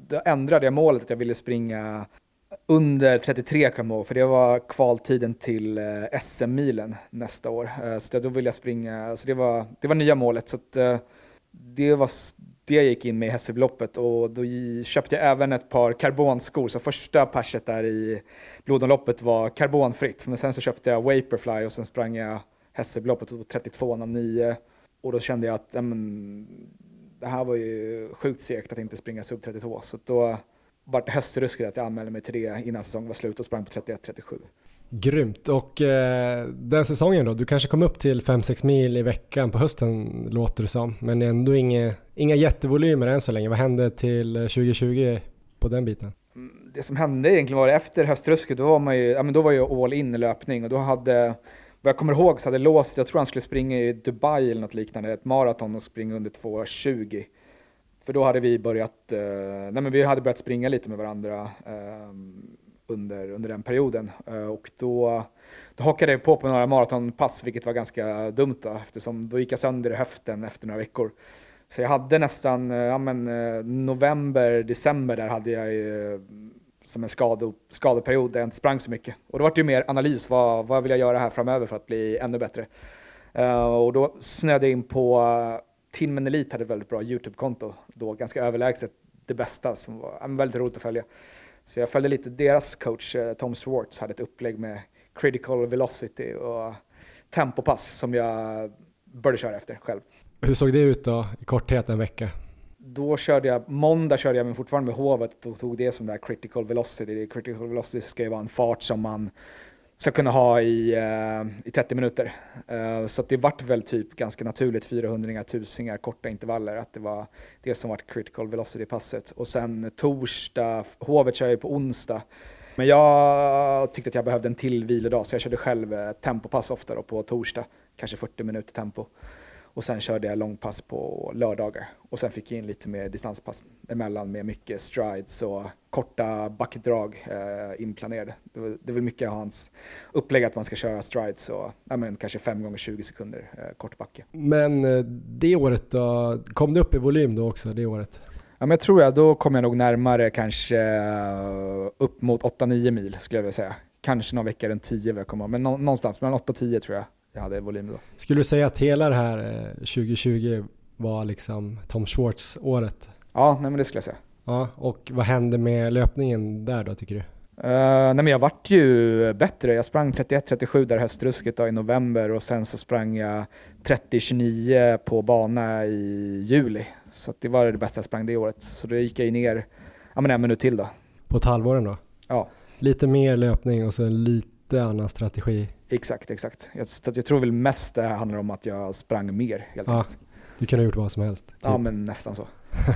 då ändrade jag målet att jag ville springa under trettiotre, kom jag ihåg, för det var kvaltiden till eh, S M-milen nästa år. Eh, så då ville jag springa, så det var, det var nya målet. Så att, eh, det var det jag gick in med i Hässelbyloppet, och då köpte jag även ett par karbonskor. Så första passet där i blodomloppet var karbonfritt, men sen så köpte jag Vaporfly och sen sprang jag Hässelbyloppet på trettiotvå noll nio, och då kände jag att ja, men, det här var ju sjukt segt att inte springa sub trettiotvå, så då var det höstrusket att jag anmälde mig till det innan säsongen var slut och sprang på trettioett trettiosju. Grymt. Och eh, den säsongen då, du kanske kom upp till fem sex mil i veckan på hösten, låter det som, men ändå inga, inga jättevolymer än så länge. Vad hände till tjugo tjugo på den biten? Det som hände egentligen var efter höstrusket, då var man ju, ja, men då var ju all in i löpning, och då hade, vad jag kommer ihåg, så hade låst, jag tror han skulle springa i Dubai eller något liknande, ett maraton och springa under två tjugo. För då hade vi börjat, eh, nej men vi hade börjat springa lite med varandra eh, under, under den perioden. Eh, och då, då hakade jag på på några maratonpass, vilket var ganska dumt då, eftersom då gick jag sönder i höften efter några veckor. Så jag hade nästan, eh, ja men eh, november, december där hade jag eh, som en skade, skadeperiod där jag inte sprang så mycket. Och då var det ju mer analys, vad, vad vill jag göra här framöver för att bli ännu bättre. Eh, och då snödde jag in på Tinman Elite, hade ett väldigt bra YouTube-konto, då ganska överlägset det bästa, som var väldigt roligt att följa. Så jag följde lite deras coach, Tom Swartz, hade ett upplägg med critical velocity och tempopass som jag började köra efter själv. Hur såg det ut då i korthet en vecka? Då körde jag, måndag körde jag men fortfarande med hovet och tog det som där critical velocity. Critical velocity ska ju vara en fart som man ska kunna ha i, uh, i trettio minuter. Uh, så att det vart väl typ ganska naturligt fyrahundra tusingar, korta intervaller, att det var det som var critical velocity-passet. Och sen torsdag, hovet kör jag på onsdag. Men jag tyckte att jag behövde en till vilodag, så jag körde själv tempopass ofta då på torsdag, kanske fyrtio minuter tempo. Och sen körde jag långpass på lördagar. Och sen fick jag in lite mer distanspass emellan med mycket strides och korta backdrag eh, inplanerade. Det, var, det är väl mycket av hans upplägg att man ska köra strides och ja, men, kanske fem gånger tjugo sekunder eh, kort backe. Men eh, det året då, kom det upp i volym då också det året? Ja, men jag tror att då kom jag nog närmare kanske upp mot åtta nio mil skulle jag vilja säga. Kanske någon vecka runt tio, jag kommer, men nå- någonstans mellan åtta och tio tror jag. Jag hade volym då. Skulle du säga att hela det här eh, tjugo tjugo var liksom Tom Schwartz året? Ja, nej, men det skulle jag säga. Ja, och vad hände med löpningen där då tycker du? Uh, nej, men jag vart ju bättre. Jag sprang trettioett trettiosju där höstrusket då, i november, och sen så sprang jag trettio tjugonio på bana i juli. Så att det var det bästa jag sprang det året. Så då gick jag ner ja, men en minut till då. På ett halvåren då? Ja. Lite mer löpning och så en lite annan strategi. Exakt, exakt. Jag, så jag tror väl mest det här handlar om att jag sprang mer helt ja, enkelt. Du kunde ha gjort vad som helst. Typ. Ja, men nästan så.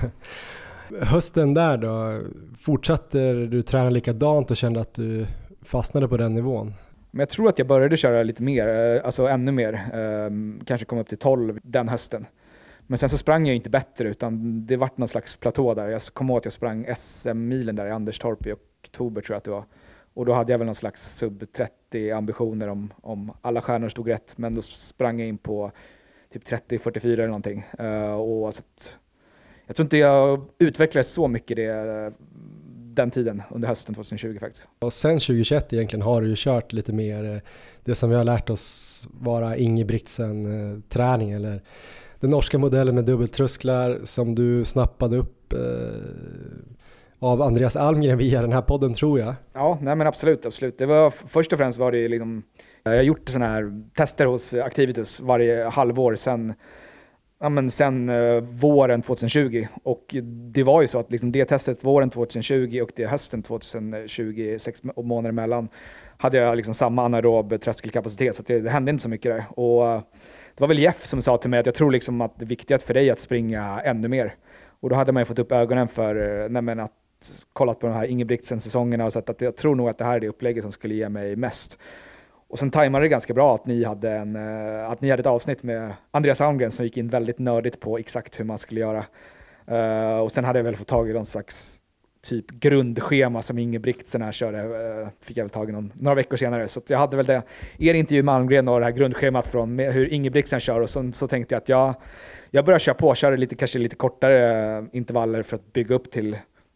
Hösten där då, fortsatte du träna likadant och kände att du fastnade på den nivån? Men jag tror att jag började köra lite mer, alltså ännu mer. Kanske kom upp till tolv den hösten. Men sen så sprang jag inte bättre, utan det vart någon slags platå där. Jag kom ihåg att jag sprang S M-milen där i Anderstorp i oktober tror jag att det var. Och då hade jag väl någon slags sub trettio ambitioner om, om alla stjärnor stod rätt. Men då sprang jag in på typ trettio fyrtiofyra eller någonting. Uh, och så att, jag tror inte jag utvecklades så mycket det, den tiden under hösten tjugohundratjugo faktiskt. Och sen tjugohundratjugoett egentligen har du ju kört lite mer det som vi har lärt oss vara Ingebrigtsen-träning, eller den norska modellen med dubbeltrösklar som du snappade upp eh, av Andreas Almgren via den här podden tror jag. Ja, nej men absolut, absolut. Det var, först och främst var det liksom, jag har gjort sådana här tester hos Activitus varje halvår sen, ja men sen uh, våren tjugohundratjugo, och det var ju så att liksom det testet våren tjugohundratjugo och det hösten tjugohundratjugo, sex månader emellan, hade jag liksom samma anaerob tröskelkapacitet, så det, det hände inte så mycket där. Och uh, det var väl Jeff som sa till mig att jag tror liksom att det är viktigt för dig att springa ännu mer. Och då hade man ju fått upp ögonen för nej men att kollat på de här Ingebrigtsen-säsongerna och sett att jag tror nog att det här är det upplägget som skulle ge mig mest. Och sen tajmade det ganska bra att ni hade, en, att ni hade ett avsnitt med Andreas Almgren som gick in väldigt nördigt på exakt hur man skulle göra. Uh, och sen hade jag väl fått tag i någon slags typ grundschema som Ingebrigtsen här körde, uh, fick jag väl tag i någon, några veckor senare. Så att jag hade väl det, er intervju med Almgren och det här grundschemat från med hur Ingebrigtsen kör, och så, så tänkte jag att jag, jag börjar köra på, köra lite, kanske lite kortare intervaller för att bygga upp till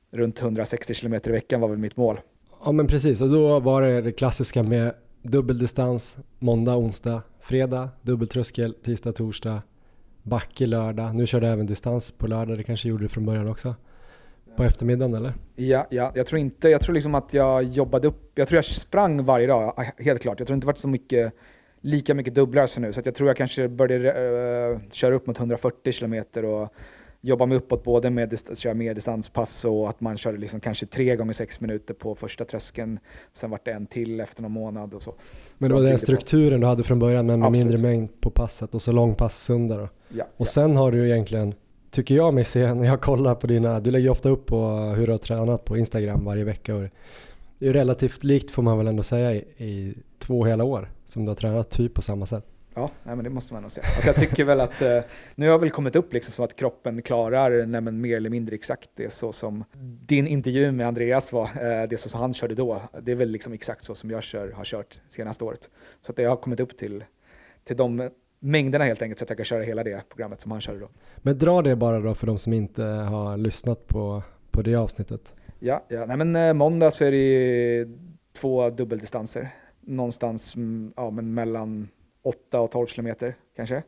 runt hundrasextio kilometer i veckan var väl mitt mål. Ja men precis, och då var det det klassiska med dubbeldistans, måndag, onsdag, fredag, dubbeltröskel, tisdag, torsdag, backe lördag. Nu körde jag även distans på lördag, det kanske gjorde det från början också. På eftermiddagen eller? Ja, ja, jag tror inte, jag tror liksom att jag jobbade upp, jag tror jag sprang varje dag, helt klart. Jag tror inte det varit så mycket, lika mycket dubblar som nu, så att jag tror jag kanske började uh, köra upp mot hundrafyrtio kilometer och jobba mig uppåt både med att köra mer distanspass och att man körde liksom kanske tre gånger sex minuter på första tröskeln. Sen var det en till efter någon månad och så. Men det var den strukturen du hade från början, men med Absolut. mindre mängd på passet och så lång passsunda då. Ja, och ja. sen har du egentligen, tycker jag mig se när jag kollar på dina, du lägger ju ofta upp på hur du har tränat på Instagram varje vecka. Och det är ju relativt likt får man väl ändå säga i, i två hela år som du har tränat typ på samma sätt. Ja, nej, men det måste man nog säga. Alltså jag tycker väl att eh, nu har jag väl kommit upp liksom som att kroppen klarar nej, men mer eller mindre exakt det så som din intervju med Andreas var, eh, det så som han körde då. Det är väl liksom exakt så som jag kör, har kört senaste året. Så att jag har kommit upp till, till de mängderna helt enkelt så att jag kan köra hela det programmet som han körde då. Men dra det bara då för de som inte har lyssnat på, på det avsnittet. Ja, ja. Nej, men eh, måndag så är det två dubbeldistanser. Någonstans ja, men mellan åtta och tolv kilometer kanske.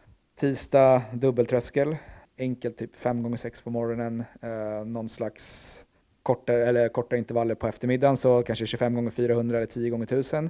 Tisdag dubbeltröskel, enkelt typ fem gånger sex på morgonen, eh, någon slags kortare, eller korta intervaller på eftermiddagen, så kanske tjugofem gånger fyrahundra eller tio gånger tusen.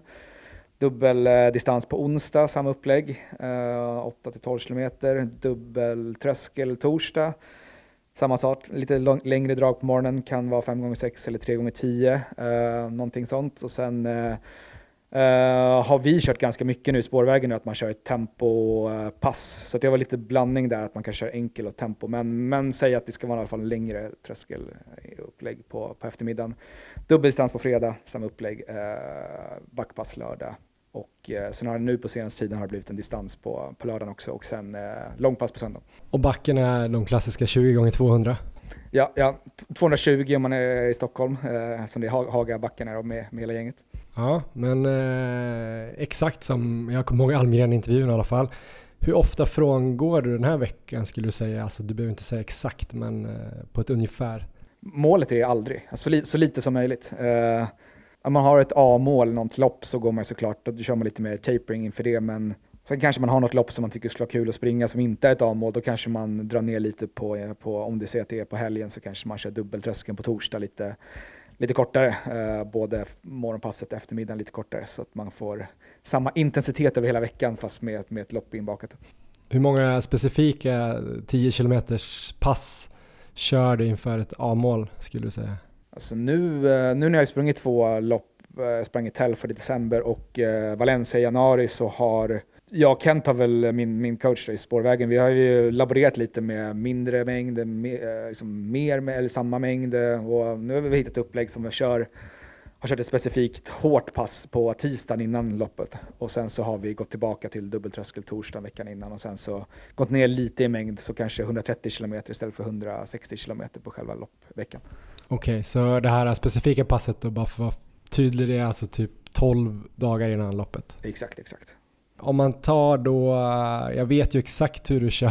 Dubbeldistans på onsdag, samma upplägg, eh, åtta till tolv kilometer. Dubbeltröskel torsdag, samma sak, lite lång, längre drag på morgonen, kan vara fem gånger sex eller tre gånger tio, eh, någonting sånt. Och sen eh, Uh, har vi kört ganska mycket nu i spårvägen nu, att man kör ett tempopass. Uh, så det var lite blandning där, att man kan köra enkel och tempo. Men, men säg att det ska vara i alla fall en längre tröskelupplägg på, på eftermiddagen. Dubbeldistans på fredag, samma upplägg. Uh, backpass lördag. Och uh, sen har det nu på senaste tiden har det blivit en distans på, på lördagen också. Och sen uh, långpass på söndag. Och backen är de klassiska tjugo gånger tvåhundra? Ja, ja, tvåhundratjugo om man är i Stockholm. Uh, eftersom det är Hagabacken här med, med hela gänget. Ja, men eh, exakt som jag kommer ihåg Almgren-intervjun i alla fall. Hur ofta frångår du den här veckan skulle du säga? Alltså du behöver inte säga exakt, men eh, på ett ungefär. Målet är aldrig, alltså, så, li- så lite som möjligt. Eh, om man har ett A-mål, något lopp, så går man såklart, då kör man lite mer tapering inför det. Men sen kanske man har något lopp som man tycker skulle vara kul att springa som inte är ett A-mål. Då kanske man drar ner lite på, på om det ser att det är på helgen, så kanske man kör dubbeltröskeln på torsdag lite lite kortare, eh, både morgonpasset och eftermiddagen lite kortare, så att man får samma intensitet över hela veckan fast med, med ett lopp inbakat. Hur många specifika tio kilometers pass kör du inför ett A-mål skulle du säga? Alltså nu, eh, nu när jag har sprungit två lopp, eh, sprang i Telford i december och eh, Valencia i januari, så har jag och Kent har väl min, min coach i spårvägen, vi har ju laborerat lite med mindre mängd, med, liksom mer med, eller samma mängd, och nu har vi hittat upplägg som vi kör, har kört ett specifikt hårt pass på tisdagen innan loppet, och sen så har vi gått tillbaka till dubbeltröskel torsdagen veckan innan, och sen så gått ner lite i mängd, så kanske hundratrettio kilometer istället för hundrasextio kilometer på själva loppveckan. Okej, okay, så det här specifika passet då, bara för att vara tydlig, det är alltså typ tolv dagar innan loppet? Exakt, exakt. Om man tar då, jag vet ju exakt hur du kör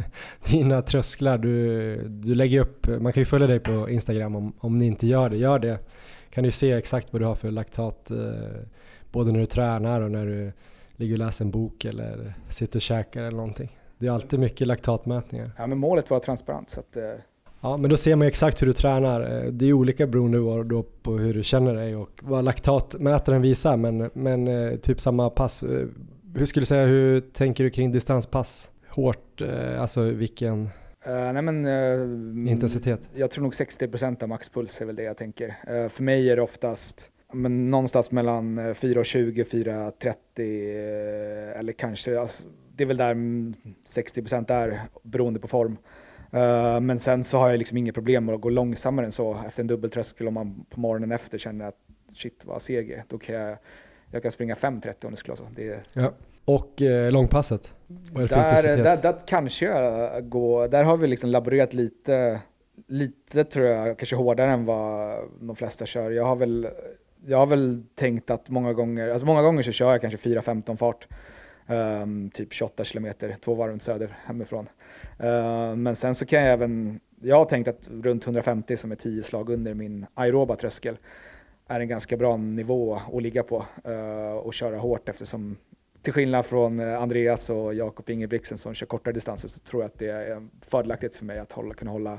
dina trösklar, du, du lägger upp, man kan ju följa dig på Instagram om, om ni inte gör det, gör det. Kan du se exakt vad du har för laktat, både när du tränar och när du ligger och läser en bok eller sitter och käkar eller någonting. Det är alltid mycket laktatmätningar. Ja, men målet var transparent, så att... Ja, men då ser man exakt hur du tränar. Det är olika beroende då på hur du känner dig och vad laktatmätaren visar, men, men typ samma pass. Hur skulle du säga, hur tänker du kring distanspass? Hårt, alltså vilken uh, nej men, uh, intensitet? Jag tror nog sextio procent av maxpuls är väl det jag tänker. Uh, för mig är det oftast men, någonstans mellan fyra tjugo och fyra trettio, uh, eller kanske, alltså, det är väl där sextio procent är beroende på form. Uh, men sen så har jag liksom inga problem med att gå långsammare än så efter en dubbeltröskel. Om man på morgonen efter känner att shit vad seg, då kan jag Jag kan springa fem trettio om det skulle vara så. Det är... ja. Och eh, långpasset? Där, där, där kanske jag går. Där har vi liksom laborerat lite, lite tror jag, kanske hårdare än vad de flesta kör. Jag har väl, jag har väl tänkt att många gånger, alltså många gånger så kör jag kanske fyra femton fart. Um, typ tjugoåtta kilometer, två varv runt söder hemifrån. Uh, men sen så kan jag även Jag har tänkt att runt hundrafemtio som är tio slag under min aeroba tröskel är en ganska bra nivå att ligga på uh, och köra hårt, eftersom till skillnad från Andreas och Jakob Ingebrigtsen som kör kortare distanser så tror jag att det är fördelaktigt för mig att hålla, kunna hålla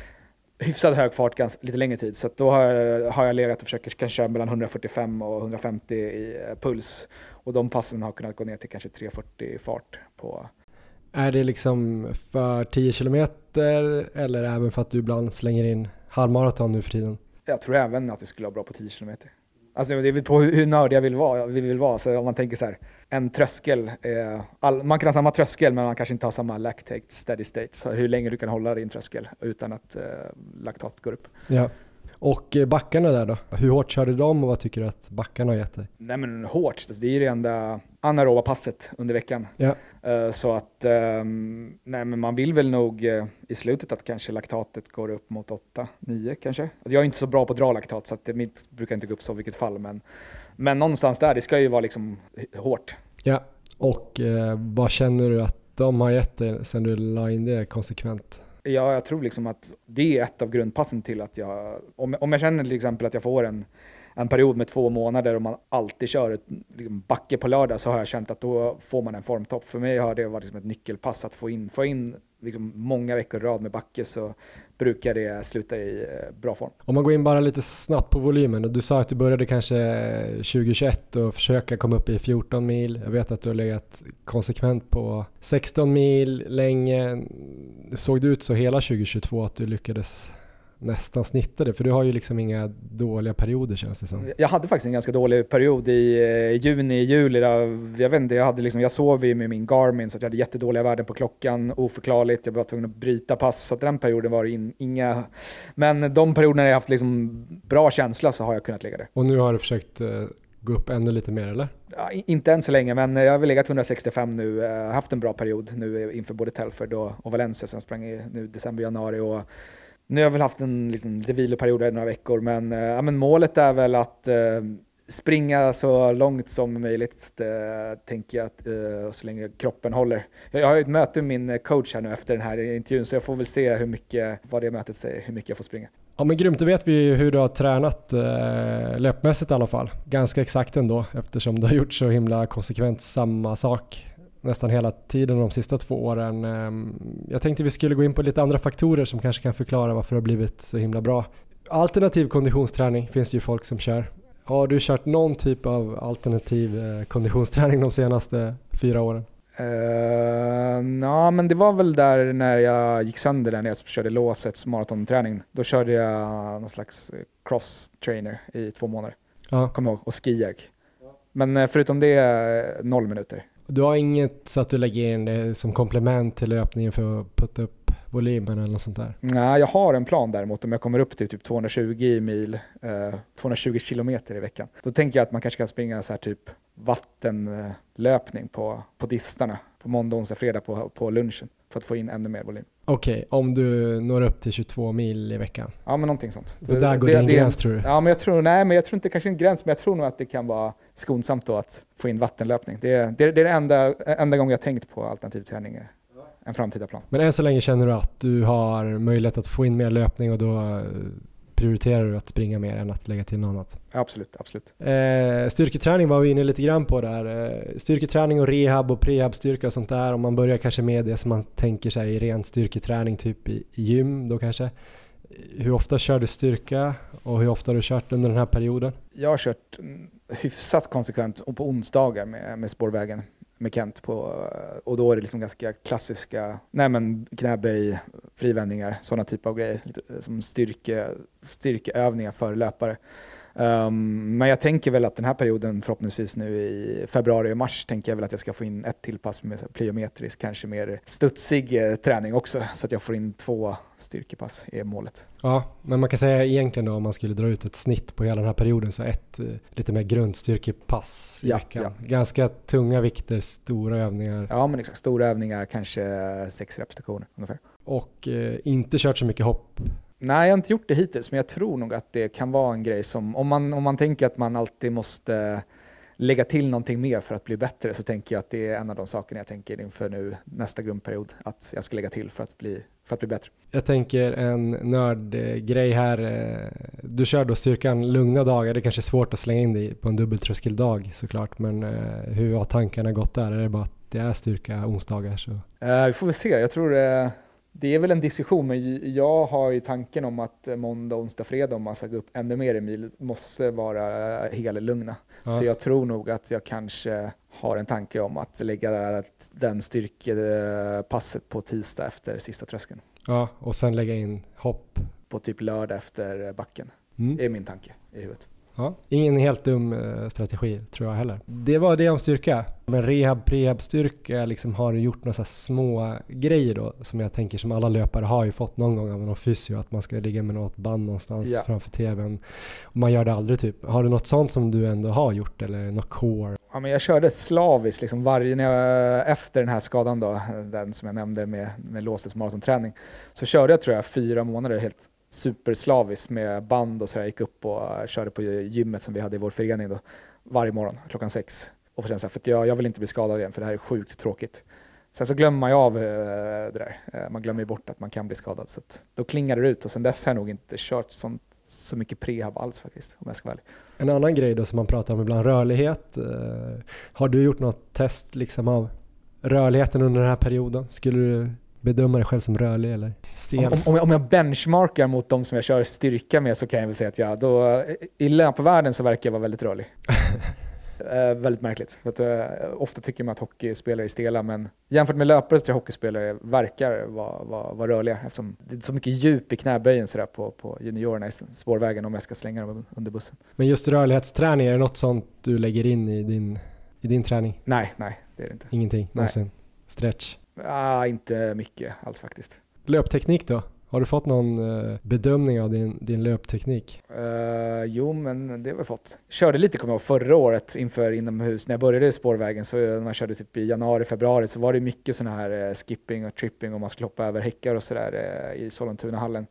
hyfsad hög fart ganska, lite längre tid. Så att då har jag, har jag legat och försöker kanske köra mellan hundrafyrtiofem och hundrafemtio i puls. Och de passen har kunnat gå ner till kanske trehundrafyrtio fart på. Är det liksom för tio kilometer eller även för att du ibland slänger in halvmaraton nu för tiden? Jag tror även att det skulle vara bra på tio kilometer. Alltså det är på hur, hur nördig jag vill vara. Vi vill vara. Så om man tänker så här, en tröskel, eh, all, man kan ha samma tröskel men man kanske inte har samma lactate steady state. Så hur länge du kan hålla din tröskel utan att eh, laktatet går upp. Ja. Och backarna där då? Hur hårt kör du dem och vad tycker du att backarna har gett dig? Nej men hårt, det är ju det enda anaeroba passet under veckan. Ja. Uh, så att um, nej men man vill väl nog uh, i slutet att kanske laktatet går upp mot åtta nio kanske. Alltså jag är inte så bra på att dra laktat så att det mitt brukar inte gå upp så i vilket fall. Men, men någonstans där, det ska ju vara liksom hårt. Ja, och uh, vad känner du att de har gett dig sen du la in det konsekvent? Ja, jag tror liksom att det är ett av grundpassen till att jag, om, om jag känner till exempel att jag får en, en period med två månader och man alltid kör ett liksom, backe på lördag, så har jag känt att då får man en formtopp. För mig har det varit liksom ett nyckelpass att få in, få in liksom, många veckor i rad med backe, så brukar det sluta i eh, bra form. Om man går in bara lite snabbt på volymen, och du sa att du började kanske tjugo tjugoett och försöka komma upp i fjorton mil. Jag vet att du har legat konsekvent på sexton mil länge. Såg det ut så hela tjugo tjugotvå att du lyckades nästan snitta det? För du har ju liksom inga dåliga perioder, känns det som. Jag hade faktiskt en ganska dålig period i eh, juni, juli. Där, jag vet inte, jag, hade liksom, jag sov ju med min Garmin så att jag hade jättedåliga värden på klockan. Oförklarligt, jag var tvungen att bryta pass. Så att den perioden var in, inga... Men de perioderna jag haft liksom bra känsla så har jag kunnat lägga det. Och nu har du försökt eh, gå upp ännu lite mer, eller? Ja, inte än så länge, men jag har väl legat hundrasextiofem nu. Jag har haft en bra period nu inför både Telford och, och Valencia som sprang i nu december, januari och nu har jag väl haft en liksom, viloperiod i några veckor, men, äh, men målet är väl att äh, springa så långt som möjligt, det, tänker jag, att, äh, så länge kroppen håller. Jag, jag har ju ett möte med min coach här nu efter den här intervjun, så jag får väl se hur mycket, vad det mötet säger, hur mycket jag får springa. Ja, men grymt, då vet vi hur du har tränat äh, löpmässigt i alla fall. Ganska exakt ändå, eftersom du har gjort så himla konsekvent samma sak nästan hela tiden de sista två åren. Jag tänkte vi skulle gå in på lite andra faktorer som kanske kan förklara varför det har blivit så himla bra. Alternativ konditionsträning finns det ju folk som kör. Har du kört någon typ av alternativ konditionsträning de senaste fyra åren? Uh, na, men det var väl där när jag gick sönder där när jag körde låsets maratonträning. Då körde jag någon slags cross-trainer i två månader. Ja. Kom ihåg, och skijärk. Men förutom det, noll minuter. Du har inget så att du lägger in det som komplement till löpningen för att putta upp volymen eller något sånt där? Nej, jag har en plan däremot om jag kommer upp till typ tvåhundratjugo mil, eh, tvåhundratjugo kilometer i veckan. Då tänker jag att man kanske kan springa så här typ vattenlöpning på, på distarna på måndag, onsdag, fredag på, på lunchen för att få in ännu mer volym. Okej, okay, om du når upp till tjugotvå mil i veckan? Ja, men någonting sånt. Så där går det, det en gräns, tror du? Ja, men jag tror, nej, men jag tror inte kanske en gräns, men jag tror nog att det kan vara skonsamt då att få in vattenlöpning. Det, det, det är det enda, enda gången jag tänkt på alternativ träning, en framtida plan. Men än så länge känner du att du har möjlighet att få in mer löpning och då prioriterar du att springa mer än att lägga till något annat? Absolut, absolut. Eh, styrketräning var vi inne lite grann på där. Eh, styrketräning och rehab och prehabstyrka och sånt där. Om man börjar kanske med det som man tänker sig i ren styrketräning typ i, i gym då kanske. Hur ofta kör du styrka och hur ofta har du kört under den här perioden? Jag har kört hyfsat konsekvent och på onsdagar med, med spårvägen med Kent på, och då är det liksom ganska klassiska nej men knäböj, frivändningar, sådana typer av grejer, lite som styrke, styrkeövningar för löpare. Um, men jag tänker väl att den här perioden, förhoppningsvis nu i februari och mars, tänker jag väl att jag ska få in ett till pass med plyometrisk, kanske mer studsig eh, träning också, så att jag får in två styrkepass är målet. Ja, men man kan säga egentligen då, om man skulle dra ut ett snitt på hela den här perioden, så ett eh, lite mer grundstyrkepass i ja, veckan. Ja. Ganska tunga vikter, stora övningar. Ja, men exakt, stora övningar, kanske sex repetitioner ungefär. Och eh, inte kört så mycket hopp. Nej, jag har inte gjort det hittills, men jag tror nog att det kan vara en grej som, om man, om man tänker att man alltid måste lägga till någonting mer för att bli bättre, så tänker jag att det är en av de sakerna jag tänker inför nu nästa grundperiod, att jag ska lägga till för att bli, för att bli bättre. Jag tänker en nördgrej här. Du kör då styrkan lugna dagar. Det kanske är svårt att slänga in dig på en dubbeltröskeldag såklart, men hur har tankarna gått där? Är det bara att det är styrka onsdagar? Så? Uh, vi får väl se. Jag tror det, det är väl en diskussion, men jag har ju tanken om att måndag, onsdag, fredag, om man ska gå upp ännu mer i mil, måste vara hela lugna. Ja. Så jag tror nog att jag kanske har en tanke om att lägga den styrkepasset på tisdag efter sista tröskeln. Ja, och sen lägga in hopp på typ lördag efter backen. Mm. Det är min tanke i huvudet. Ja, ingen helt dum uh, strategi tror jag heller. Det var det om styrka. Men rehab, prehab-styrka liksom, har du gjort några så små grejer då, som jag tänker som alla löpare har ju fått någon gång av någon fysio, att man ska ligga med något band någonstans ja. framför tvn. Och man gör det aldrig typ. Har du något sånt som du ändå har gjort eller något core? Ja, men jag körde slaviskt liksom varje, när jag, efter den här skadan då, den som jag nämnde med, med låstes maratonträning, så körde jag tror jag fyra månader helt superslaviskt med band och så. Jag gick upp och körde på gymmet som vi hade i vår förening då, varje morgon klockan sex. Och för, för att jag, jag vill inte bli skadad igen, för det här är sjukt tråkigt. Sen så glömmer man ju av det där. Man glömmer ju bort att man kan bli skadad. Så att då klingar det ut, och sen dess har jag nog inte kört sånt, så mycket prehab alls faktiskt, om jag ska vara ärlig. En annan grej då som man pratar om ibland, rörlighet. Har du gjort något test liksom av rörligheten under den här perioden? Skulle du bedöma dig själv som rörlig eller stel? Om, om, om jag benchmarkar mot de som jag kör styrka med, så kan jag väl säga att jag då, i löpvärlden så verkar jag vara väldigt rörlig. eh, väldigt märkligt. För att, eh, ofta tycker man att hockeyspelare är stela, men jämfört med löpare så tror jag hockeyspelare verkar vara, vara, vara rörliga, eftersom det är så mycket djup i knäböjen så där på, på juniorerna i spårvägen, om jag ska slänga dem under bussen. Men just rörlighetsträning, är det något sånt du lägger in i din, i din träning? Nej, nej, det är det inte. Ingenting, någonsin? Stretch? Ah, inte mycket alls faktiskt. Löpteknik då? Har du fått någon uh, bedömning av din, din löpteknik? Uh, jo, men det har vi fått. Körde lite, kommer jag ihåg, förra året inför inomhus. När jag började i spårvägen, så när man körde typ i januari, februari, så var det mycket sån här uh, skipping och tripping, och man skulle hoppa över häckar och sådär uh, i Sollentunahallen.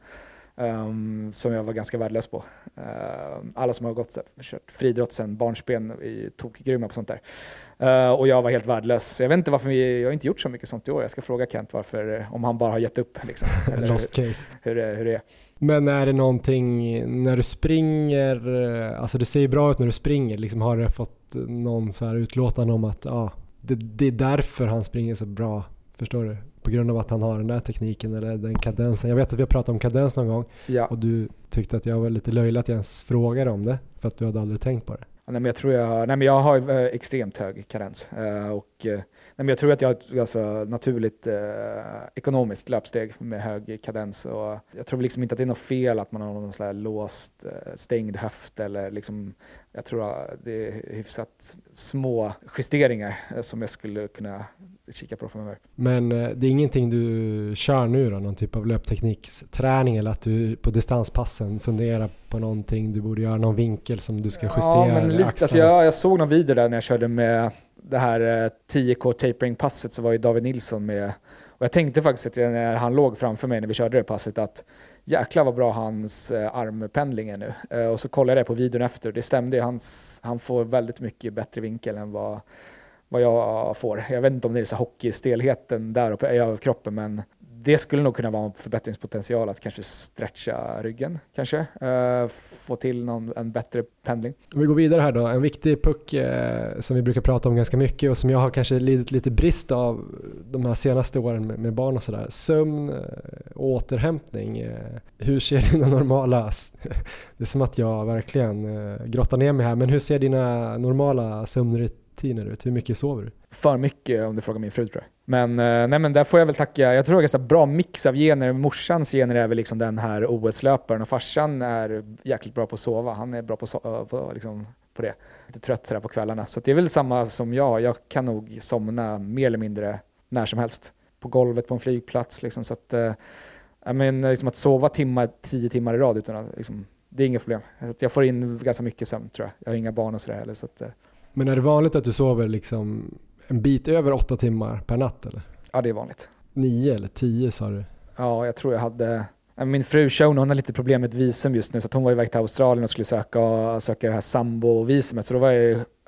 Um, som jag var ganska värdelös på. Uh, alla som har gått kört friidrott sen barnsben är tokgrymma på sånt där. Uh, och jag var helt värdelös. Jag vet inte varför vi, jag har inte gjort så mycket sånt i år. Jag ska fråga Kent varför, om han bara har gett upp liksom. Eller Lost case. Hur, hur, hur det är. Men är det någonting när du springer, alltså det ser ju bra ut när du springer, liksom, har du fått någon så här utlåtande om att ah, det, det är därför han springer så bra, förstår du? På grund av att han har den där tekniken eller den kadensen. Jag vet att vi har pratat om kadens någon gång, ja. Och du tyckte att jag var lite löjlig att jag ens frågade om det, för att du hade aldrig tänkt på det. Nej, men jag tror jag, nej, men jag har eh, extremt hög kadens eh, och eh, nej, men jag tror att jag har ett alltså, naturligt eh, ekonomiskt löpsteg med hög kadens, och jag tror liksom inte att det är något fel att man har någon sån här låst eh, stängd höft eller liksom, jag tror att det är hyfsat små justeringar eh, som jag skulle kunna kika på framöver. Men eh, det är ingenting du kör nu då, någon typ av löptekniksträning, eller att du på distanspassen funderar på någonting du borde göra, någon vinkel som du ska justera? Ja, men lite, alltså jag, jag såg någon video där när jag körde med det här eh, tio K tapering-passet, så var ju David Nilsson med, och jag tänkte faktiskt att när han låg framför mig när vi körde det passet att jäklar vad bra hans eh, armpendling är nu. Eh, och så kollade jag på videon efter, det stämde, hans, han får väldigt mycket bättre vinkel än vad vad jag får. Jag vet inte om det är så hockeystelheten där uppe i överkroppen, men det skulle nog kunna vara en förbättringspotential att kanske stretcha ryggen, kanske. Uh, få till någon, en bättre pendling. Om vi går vidare här då, en viktig puck eh, som vi brukar prata om ganska mycket och som jag har kanske lidit lite brist av de här senaste åren med, med barn och sådär. Sömn och återhämtning. Eh, hur ser dina normala, det är som att jag verkligen eh, grottar ner mig här, men hur ser dina normala sömnrutiner ut? Hur mycket sover du? För mycket om du frågar min fru, tror jag. Men, nej, men där får jag väl tacka. Jag tror det är en ganska bra mix av gener. Morsans gener är väl liksom den här O S-löparen och farsan är jäkligt bra på att sova. Han är bra på, so- på, liksom, på det. Lite trött sådär på kvällarna. Så det är väl samma som jag. Jag kan nog somna mer eller mindre när som helst. På golvet på en flygplats. Liksom, så att, äh, men, liksom att sova timmar, tio timmar i rad utan att, liksom, det är inget problem. Jag får in ganska mycket sömn, tror jag. Jag har inga barn och sådär heller. Så att, äh. Men är det vanligt att du sover liksom en bit över åtta timmar per natt eller? Ja, det är vanligt. Nio eller tio sa du? Ja, jag tror jag hade... Min fru Shona, hon har lite problem med ett visum just nu, så att hon var iväg till Australien och skulle söka, söka det här sambo-visumet. Så då var jag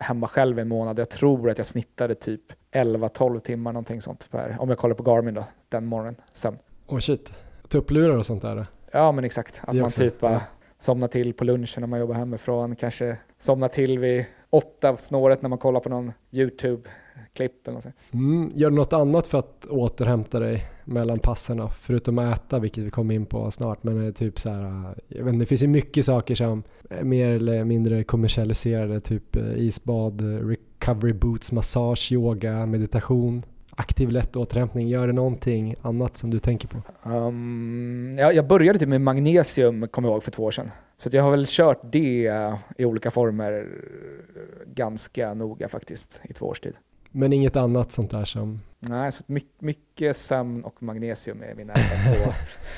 hemma själv en månad. Jag tror att jag snittade typ elva tolv timmar någonting sånt per, om jag kollar på Garmin då, den morgonen. Sömn. Åh oh shit, tupplurar och sånt där? Ja men exakt, att man också, typ ja. somnar till på lunchen när man jobbar hemifrån, kanske somnar till vid åtta snåret när man kollar på någon YouTube-klipp eller något sånt. Mm, gör du något annat för att återhämta dig mellan passerna, förutom att äta, vilket vi kommer in på snart, men det är typ så här, jag vet inte, det finns ju mycket saker som är mer eller mindre kommersialiserade, typ isbad, recovery boots, massage, yoga, meditation, aktiv lätt återhämtning. Gör det någonting annat som du tänker på? Um, jag, jag började typ med magnesium, kommer jag ihåg, för två år sedan. Så att jag har väl kört det i olika former ganska noga faktiskt i två års tid. Men inget annat sånt där som... Nej, så mycket, mycket sömn och magnesium är mina två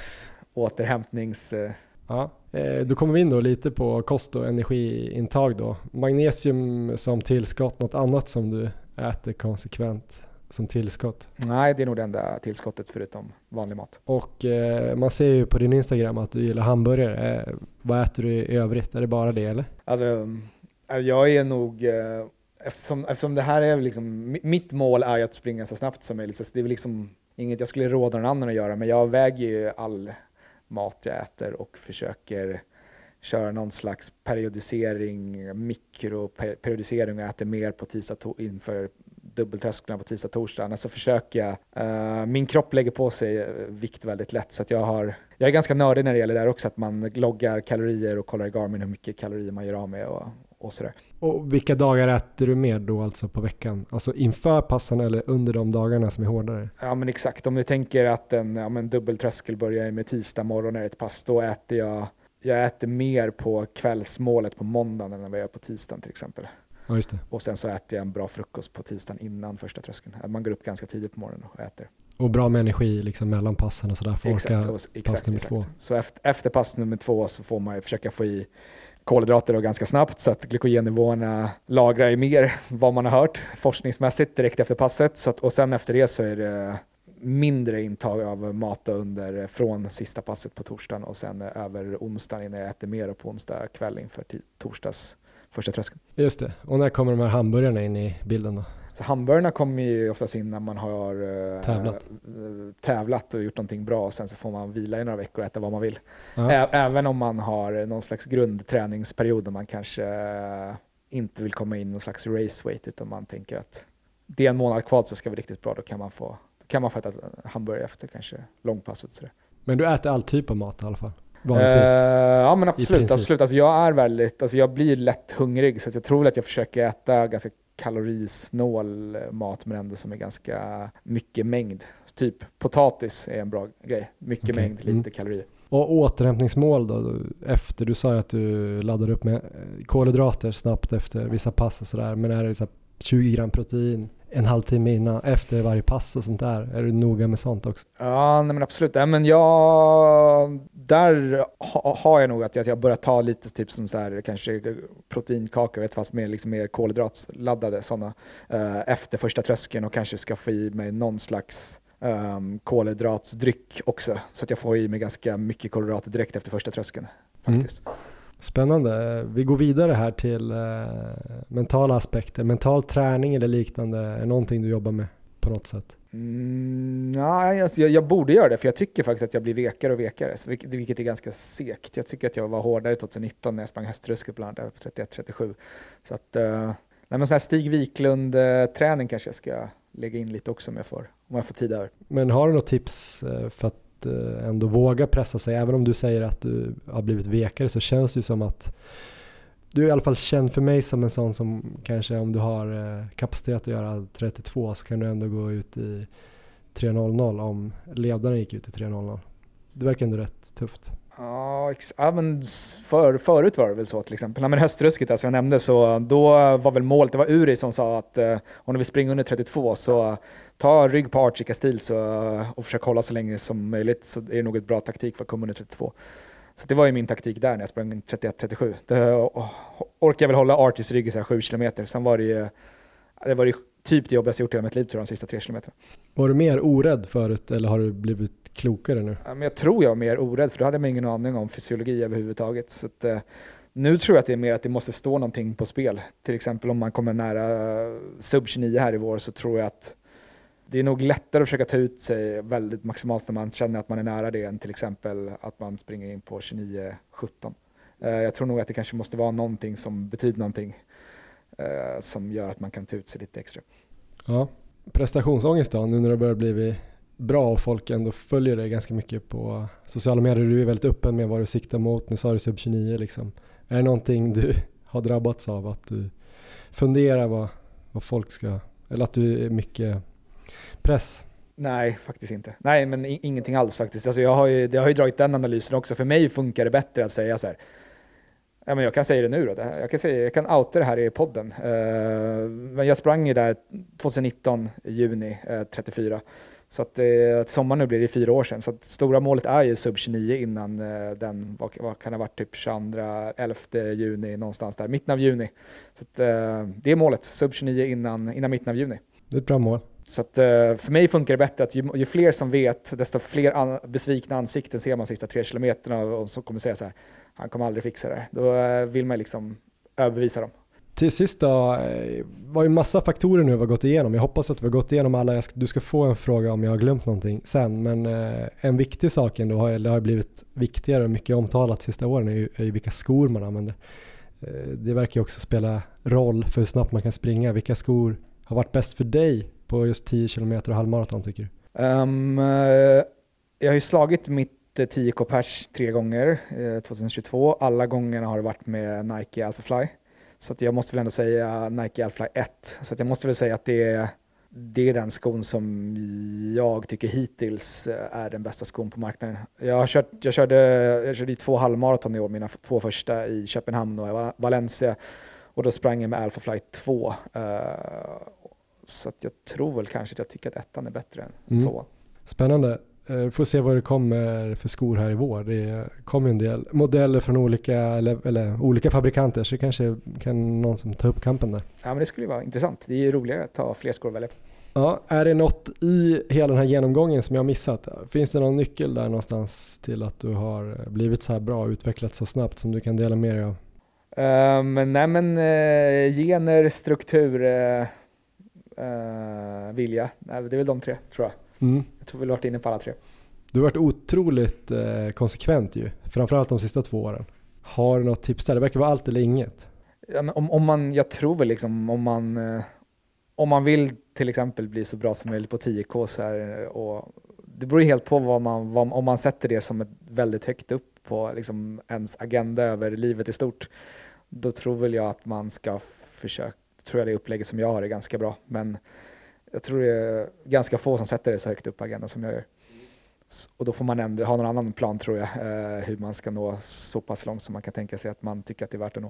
återhämtnings... Ja, då kommer vi in då lite på kost och energiintag då. Magnesium som tillskott, något annat som du äter konsekvent som tillskott? Nej, det är nog det enda tillskottet förutom vanlig mat. Och eh, man ser ju på din Instagram att du gillar hamburgare. Eh, vad äter du i övrigt? Är det bara det eller? Alltså, jag är nog... Eh, eftersom, eftersom det här är liksom... Mitt mål är att springa så snabbt som möjligt. Så det är liksom inget jag skulle råda någon annan att göra. Men jag väger ju all mat jag äter och försöker köra någon slags periodisering, mikroperiodisering och äter mer på tisdag to- inför dubbeltrösklarna på tisdag torsdag. Annars så försöker jag, uh, min kropp lägger på sig vikt väldigt lätt, så att jag har, jag är ganska nördig när det gäller det där också, att man loggar kalorier och kollar i Garmin hur mycket kalorier man gör av med och, och sådär. Och vilka dagar äter du mer då alltså på veckan? Alltså inför passen eller under de dagarna som är hårdare? Ja men exakt, om vi tänker att en, ja, men dubbeltröskel börjar med tisdag morgon när ett pass, då äter jag Jag äter mer på kvällsmålet på måndagen än vad jag gör på tisdagen till exempel. Ja, just det. Och sen så äter jag en bra frukost på tisdagen innan första tröskeln. Man går upp ganska tidigt på morgonen och äter. Och bra med energi liksom mellan passen och sådär för att orka och, exakt, pass nummer exakt. två. Så efter, efter pass nummer två så får man försöka få i kolhydrater då ganska snabbt så att glykogennivåerna lagrar i mer, vad man har hört forskningsmässigt direkt efter passet. Så att, och sen efter det så är det mindre intag av mat under från sista passet på torsdagen och sen över onsdagen innan jag äter mer och på onsdag kväll inför t- torsdags första tröskeln. Just det. Och när kommer de här hamburgarna in i bilden då? Så hamburgarna kommer ju oftast in när man har uh, tävlat. tävlat och gjort någonting bra och sen så får man vila i några veckor och äta vad man vill. Ja. Ä- även om man har någon slags grundträningsperiod där man kanske uh, inte vill komma in i någon slags race weight utan man tänker att det är en månad kvar så ska vi riktigt bra, då kan man få kan man få äta hamburgare efter kanske långpasset. Så det. Men du äter all typ av mat i alla fall? Vanligtvis? Uh, ja men absolut, absolut. Alltså jag är väldigt, alltså jag blir lätt hungrig så att jag tror väl att jag försöker äta ganska kalorisnål mat men ändå som är ganska mycket mängd. Typ potatis är en bra grej. Mycket okay. mängd, lite mm. kalorier. Och återhämtningsmål då? Efter, du sa ju att du laddar upp med kolhydrater snabbt efter vissa pass och sådär, men är det så tjugo gram protein en halvtimme innan, efter varje pass och sånt där? Är du noga med sånt också? Ja, nej men absolut. Ja, men jag, där ha, har jag nog att jag, jag börjar ta lite typ som så här, kanske proteinkakor, vet, fast mer, liksom mer kolhydratsladdade sådana eh, efter första tröskeln och kanske ska få i mig någon slags um, kolhydratsdryck också. Så att jag får i mig ganska mycket kolhydrater direkt efter första tröskeln faktiskt. Mm. Spännande. Vi går vidare här till eh, mentala aspekter. Mental träning eller liknande är någonting du jobbar med på något sätt? Mm, nej, alltså jag, jag borde göra det för jag tycker faktiskt att jag blir vekare och vekare, så vilket, vilket är ganska segt. Jag tycker att jag var hårdare tjugonitton när jag sprang hästrusket bland annat på trettioett trettiosju. Så att, eh, nej, men sån här Stig Wiklund-träning kanske jag ska lägga in lite också om jag får, om jag får tid över. Men har du något tips för att ändå våga pressa sig? Även om du säger att du har blivit vekare så känns det ju som att du är i alla fall känd för mig som en sån som kanske om du har kapacitet att göra trettiotvå så kan du ändå gå ut i tre noll noll om ledaren gick ut i tre noll noll. Det verkar ändå rätt tufft. Ja, ex- ja men för, förut var det väl så till exempel. När man höstrusket alltså jag nämnde så då var väl målet, det var Uri som sa att eh, om du vill springa under trettiotvå så ta rygg på Archie stil så, och försök hålla så länge som möjligt, så är det nog ett bra taktik för att komma under trettiotvå. Så det var ju min taktik där när jag sprang trettioett trettiosju. Då orkade jag väl hålla Archies rygg i så här sju kilometer. Sen var det ju, det var det typ det jobbigaste jag gjort i hela mitt liv tror jag, de sista tre kilometerna. Var du mer orädd förut eller har du blivit klokare nu? Ja, men jag tror jag var mer orädd för då hade jag ingen aning om fysiologi överhuvudtaget. Så att, Nu tror jag att det är mer att det måste stå någonting på spel. Till exempel om man kommer nära sub tjugonio här i vår, så tror jag att det är nog lättare att försöka ta ut sig väldigt maximalt när man känner att man är nära det än till exempel att man springer in på tjugonio sjutton. Jag tror nog att det kanske måste vara någonting som betyder någonting som gör att man kan ta ut sig lite extra. Ja, prestationsångest då, nu när det börjar bli bra och folk ändå följer dig ganska mycket på sociala medier. Du är väldigt öppen med vad du siktar mot. Nu sa du sub tjugonio liksom. Är det någonting du har drabbats av, att du funderar vad, vad folk ska, eller att du är mycket press? Nej, faktiskt inte. Nej, men i- ingenting alls faktiskt. Alltså jag har ju, jag har ju dragit den analysen också. För mig funkar det bättre att säga så här. Ja, men jag kan säga det nu då. Jag kan, säga, jag kan outa det här i podden. Uh, men jag sprang ju där tjugonitton i juni uh, trettiofyra. Så att, uh, att sommar nu blir det fyra år sedan. Så att stora målet är ju sub tjugonio innan uh, den, vad, vad kan det ha varit, typ tjugoandra, elfte juni någonstans där, mitten av juni. Så att, uh, det är målet, sub tjugonio innan, innan mitten av juni. Det är ett bra mål. Så att, uh, för mig funkar det bättre att ju, ju fler som vet, desto fler an, besvikna ansikten ser man sista tre kilometerna och, och så kommer säga så här, han kommer aldrig fixa det. Då uh, vill man liksom överbevisa dem. Till sist då, var ju massa faktorer nu vi har gått igenom. Jag hoppas att vi har gått igenom alla. Du ska få en fråga om jag har glömt någonting sen. Men en viktig sak ändå, har, det har blivit viktigare och mycket omtalat de sista åren, är ju, är ju vilka skor man använder. Det verkar ju också spela roll för hur snabbt man kan springa. Vilka skor har varit bäst för dig på just tio kilometer och halvmaraton, tycker du? Um, jag har ju slagit mitt tio K pers tre gånger eh, tjugohundratjugotvå. Alla gångerna har det varit med Nike Alphafly. Så att jag måste väl ändå säga Nike Alphafly ett. Så att jag måste väl säga att det är, det är den skon som jag tycker hittills är den bästa skon på marknaden. Jag, har kört, jag, körde, jag körde i två halvmaraton i år, mina två första i Köpenhamn och i Valencia. Och då sprang jag med Alphafly två. Uh, så att jag tror väl kanske att jag tycker att ettan är bättre än mm. två. Spännande. Vi får se vad det kommer för skor här i vår. Det kommer en del modeller från olika, eller, eller olika fabrikanter, så det kanske kan någon som tar upp kampen där. Ja, men det skulle vara intressant. Det är ju roligare att ta fler skor att välja på. Ja, är det något i hela den här genomgången som jag har missat? Finns det någon nyckel där någonstans till att du har blivit så här bra och utvecklats så snabbt som du kan dela med dig av? Um, nej men uh, gener, struktur, uh, uh, vilja. Det är väl de tre, tror jag. Mm. Jag tror vi har varit inne på alla tre. Du har varit otroligt eh, konsekvent ju, framförallt de sista två åren. Har du något tips där? Det verkar vara allt eller inget. Ja, men om, om man, jag tror väl liksom om man, eh, om man vill till exempel bli så bra som möjligt på tio K så här, och det beror ju helt på vad man, vad, om man sätter det som ett väldigt högt upp på liksom ens agenda över livet i stort. Då tror väl jag att man ska försöka, tror jag det upplägget som jag har är ganska bra, men jag tror det är ganska få som sätter det så högt upp på agendan som jag gör. Och då får man ändå ha någon annan plan, tror jag, eh, hur man ska nå så pass långt som man kan tänka sig att man tycker att det är värt att nå.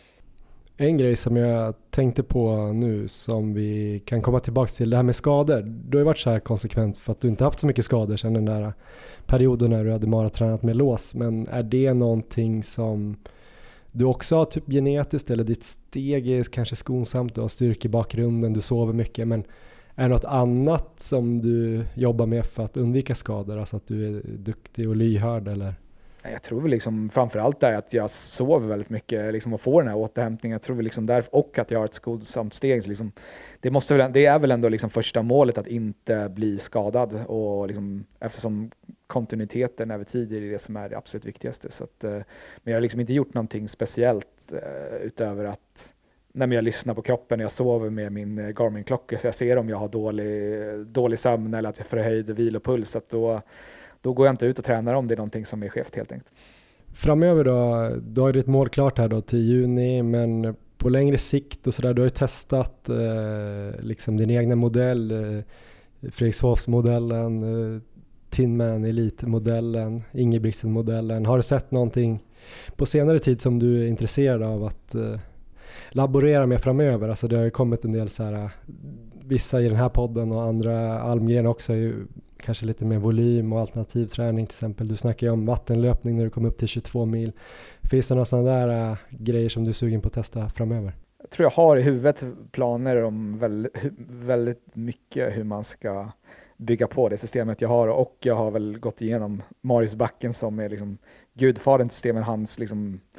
En grej som jag tänkte på nu som vi kan komma tillbaka till, det här med skador. Du har ju varit så här konsekvent för att du inte haft så mycket skador sedan den där perioden när du hade maratränat med lås. Men är det någonting som du också har typ genetiskt, eller ditt steg är kanske skonsamt, du har styrka i bakgrunden, du sover mycket, men är det något annat som du jobbar med för att undvika skador? Alltså att du är duktig och lyhörd, eller? Jag tror väl liksom framförallt där att jag sover väldigt mycket liksom, och får den här återhämtningen. Jag tror väl liksom där, och att jag har ett skonsamt steg. Så liksom, det, måste väl, det är väl ändå liksom första målet, att inte bli skadad. Och liksom, eftersom kontinuiteten över tid är det som är det absolut viktigaste. Så att, men jag har liksom inte gjort någonting speciellt utöver att när jag lyssnar på kroppen, jag sover med min Garmin-klocka, så jag ser om jag har dålig, dålig sömn eller att jag får höjd vilopuls. Så att då, då går jag inte ut och tränar om det är någonting som är skevt helt enkelt. Framöver då, du har ju ditt mål klart här då till juni, men på längre sikt och sådär, du har ju testat eh, liksom din egna modell, eh, Fredrikshovs-modellen, eh, Tinman Elite-modellen, Ingebrigtsen-modellen. Har du sett någonting på senare tid som du är intresserad av att eh, laborera med framöver? Alltså det har ju kommit en del så här, vissa i den här podden och andra, Almgren också, är ju kanske lite mer volym och alternativ träning till exempel. Du snackar ju om vattenlöpning när du kom upp till tjugotvå mil. Finns det några sådana där uh, grejer som du är sugen på att testa framöver? Jag tror jag har i huvudet planer om väldigt, väldigt mycket hur man ska bygga på det systemet jag har, och jag har väl gått igenom Marius Backen som är liksom gudfadern till systemet, hans liksom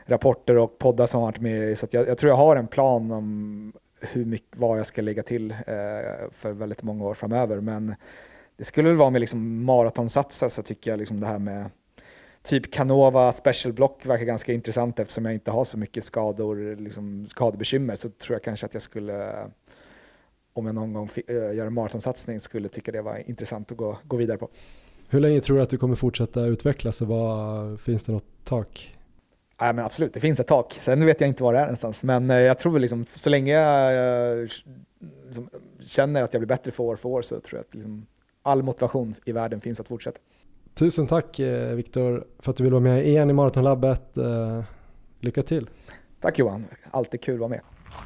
rapporter och poddar som har varit med. Så att jag, jag tror jag har en plan om hur mycket, vad jag ska lägga till eh, för väldigt många år framöver. Men det skulle väl vara med liksom maratonsatsa, så tycker jag liksom det här med typ Canova Special Block verkar ganska intressant, eftersom jag inte har så mycket skador, liksom skadebekymmer, så tror jag kanske att jag skulle, om jag någon gång f- gör en maratonsatsning, skulle tycka det var intressant att gå, gå vidare på. Hur länge tror du att du kommer fortsätta utvecklas och vad, finns det något tak? Ja, men absolut, det finns ett tak. Sen vet jag inte var det är någonstans, men jag tror väl liksom, så länge jag liksom känner att jag blir bättre för år för år, så tror jag att liksom all motivation i världen finns att fortsätta. Tusen tack Viktor för att du vill vara med igen i Maratonlabbet. Lycka till. Tack Johan, alltid kul att vara med.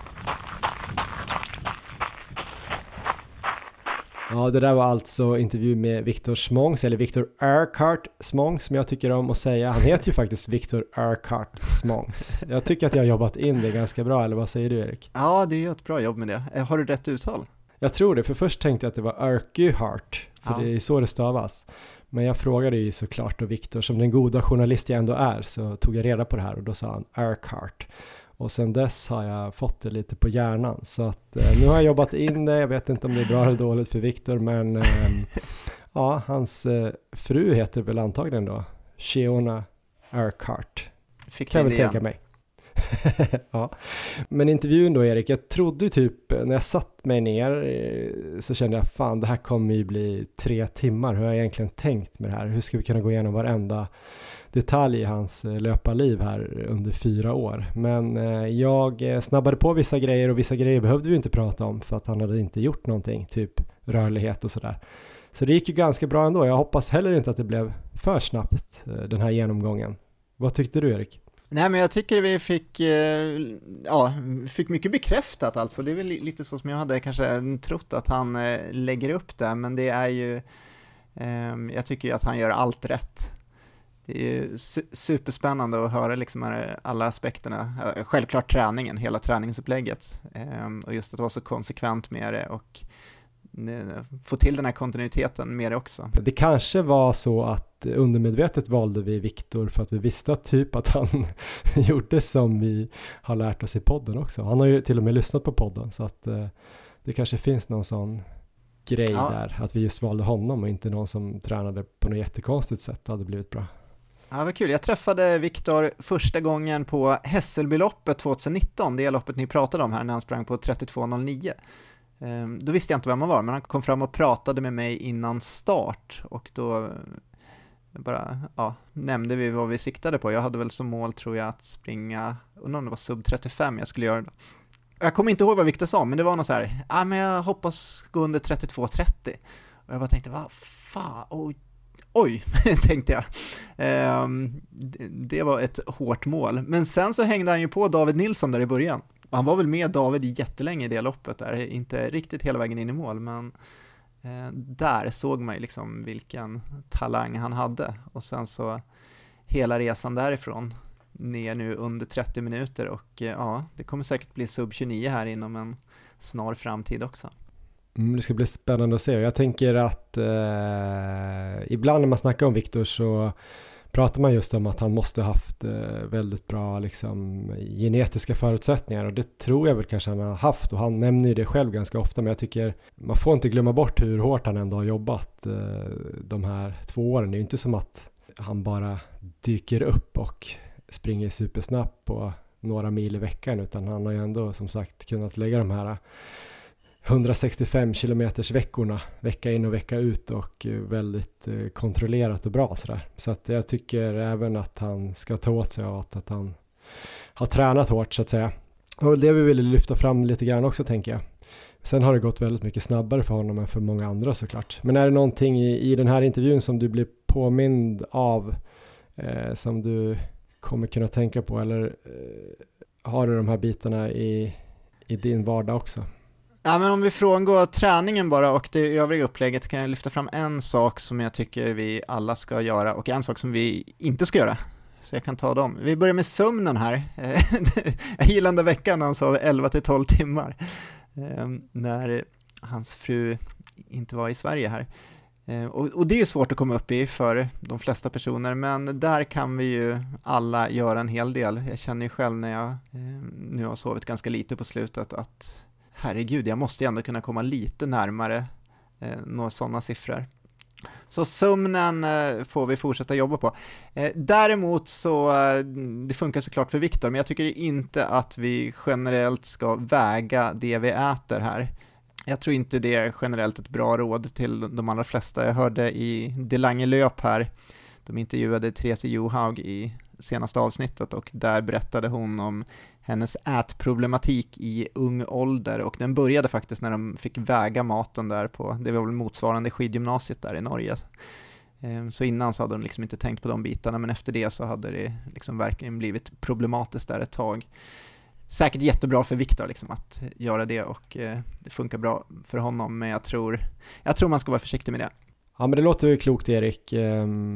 Ja, det där var alltså intervju med Viktor Smångs, eller Viktor Urquhart Smångs som jag tycker om att säga. Han heter ju faktiskt Viktor Urquhart Smångs. Jag tycker att jag har jobbat in det ganska bra, eller vad säger du Erik? Ja, det är ju ett bra jobb med det. Har du rätt uttal? Jag tror det, för först tänkte jag att det var Urquhart, för ja. det är så det stavas. Men jag frågade ju såklart då Viktor, som den goda journalist jag ändå är, så tog jag reda på det här och då sa han Urquhart. Och sen dess har jag fått det lite på hjärnan, så att eh, nu har jag jobbat in det. Jag vet inte om det är bra eller dåligt för Viktor, men eh, ja, hans eh, fru heter väl antagligen då Shiona Urquhart. Fick kan jag väl igen. tänka mig. Ja. Men intervjun då Erik, jag trodde typ när jag satt mig ner så kände jag fan det här kommer ju bli tre timmar. Hur har jag egentligen tänkt med det här? Hur ska vi kunna gå igenom varenda detalj i hans löparliv här under fyra år? Men jag snabbade på vissa grejer, och vissa grejer behövde vi inte prata om för att han hade inte gjort någonting, typ rörlighet och sådär. Så det gick ju ganska bra ändå. Jag hoppas heller inte att det blev för snabbt den här genomgången. Vad tyckte du Erik? Nej, men jag tycker vi fick, eh, ja, fick mycket bekräftat alltså. Det är väl lite så som jag hade kanske trott att han eh, lägger upp det, men det är ju, eh, jag tycker ju att han gör allt rätt. Det är ju su- superspännande att höra liksom alla aspekterna. Självklart träningen, hela träningsupplägget. Eh, och just att vara så konsekvent med det och få till den här kontinuiteten med det också. Det kanske var så att undermedvetet valde vi Viktor för att vi visste typ att han gjorde som vi har lärt oss i podden också. Han har ju till och med lyssnat på podden, så att eh, det kanske finns någon sån grej ja. där, att vi just valde honom och inte någon som tränade på något jättekonstigt sätt. Det hade blivit bra. Ja, vad kul. Jag träffade Viktor första gången på Hässelbyloppet tjugonitton, det loppet ni pratade om här när han sprang på trettiotvå noll nio. Då visste jag inte vem han var, men han kom fram och pratade med mig innan start, och då bara, ja, nämnde vi vad vi siktade på. Jag hade väl som mål, tror jag, att springa, undrar om det var sub trettiofem jag skulle göra det. Jag kommer inte ihåg vad Viktor sa, men det var något så här, ja, men jag hoppas gå under trettiotvå trettio. Och jag bara tänkte, vad fan, oj, oj tänkte jag. Ehm, det var ett hårt mål. Men sen så hängde han ju på David Nilsson där i början. Han var väl med David jättelänge i det loppet där, inte riktigt hela vägen in i mål, men eh, där såg man ju liksom vilken talang han hade. Och sen så hela resan därifrån ner nu under trettio minuter, och eh, ja, det kommer säkert bli sub tjugonio här inom en snar framtid också. Mm, det ska bli spännande att se. Jag tänker att eh, ibland när man snackar om Viktor så pratar man just om att han måste haft eh, väldigt bra liksom, genetiska förutsättningar, och det tror jag väl kanske han har haft, och han nämner ju det själv ganska ofta, men jag tycker man får inte glömma bort hur hårt han ändå har jobbat eh, de här två åren. Det är ju inte som att han bara dyker upp och springer supersnabbt på några mil i veckan, utan han har ju ändå som sagt kunnat lägga de här hundrasextiofem kilometers veckorna vecka in och vecka ut, och väldigt eh, kontrollerat och bra sådär. Så att jag tycker även att han ska ta åt sig av att, att han har tränat hårt så att säga. Och det vi ville lyfta fram lite grann också, tänker jag. Sen har det gått väldigt mycket snabbare för honom än för många andra såklart. Men är det någonting i, i den här intervjun som du blir påmind av eh, som du kommer kunna tänka på, eller eh, har du de här bitarna i, i din vardag också? Ja, men om vi frångår träningen bara och det övriga upplägget, kan jag lyfta fram en sak som jag tycker vi alla ska göra och en sak som vi inte ska göra. Så jag kan ta dem. Vi börjar med sömnen här. Jag gillar den där veckan när han sa elva till tolv timmar. När hans fru inte var i Sverige här. Och, och det är svårt att komma upp i för de flesta personer, men där kan vi ju alla göra en hel del. Jag känner ju själv när jag eh, nu har sovit ganska lite på slutet att herregud, jag måste ju ändå kunna komma lite närmare eh, några sådana siffror. Så sömnen eh, får vi fortsätta jobba på. Eh, däremot så, eh, det funkar såklart för Viktor, men jag tycker inte att vi generellt ska väga det vi äter här. Jag tror inte det är generellt ett bra råd till de allra flesta. Jag hörde i Det Lange Löp här, de intervjuade Therese Johaug i senaste avsnittet och där berättade hon om hennes ätproblematik i ung ålder och den började faktiskt när de fick väga maten där på, det var väl motsvarande skidgymnasiet där i Norge. Så innan så hade de liksom inte tänkt på de bitarna, men efter det så hade det liksom verkligen blivit problematiskt där ett tag. Säkert jättebra för Viktor liksom att göra det och eh, det funkar bra för honom, men jag tror, jag tror man ska vara försiktig med det. Ja, men det låter ju klokt, Erik. Det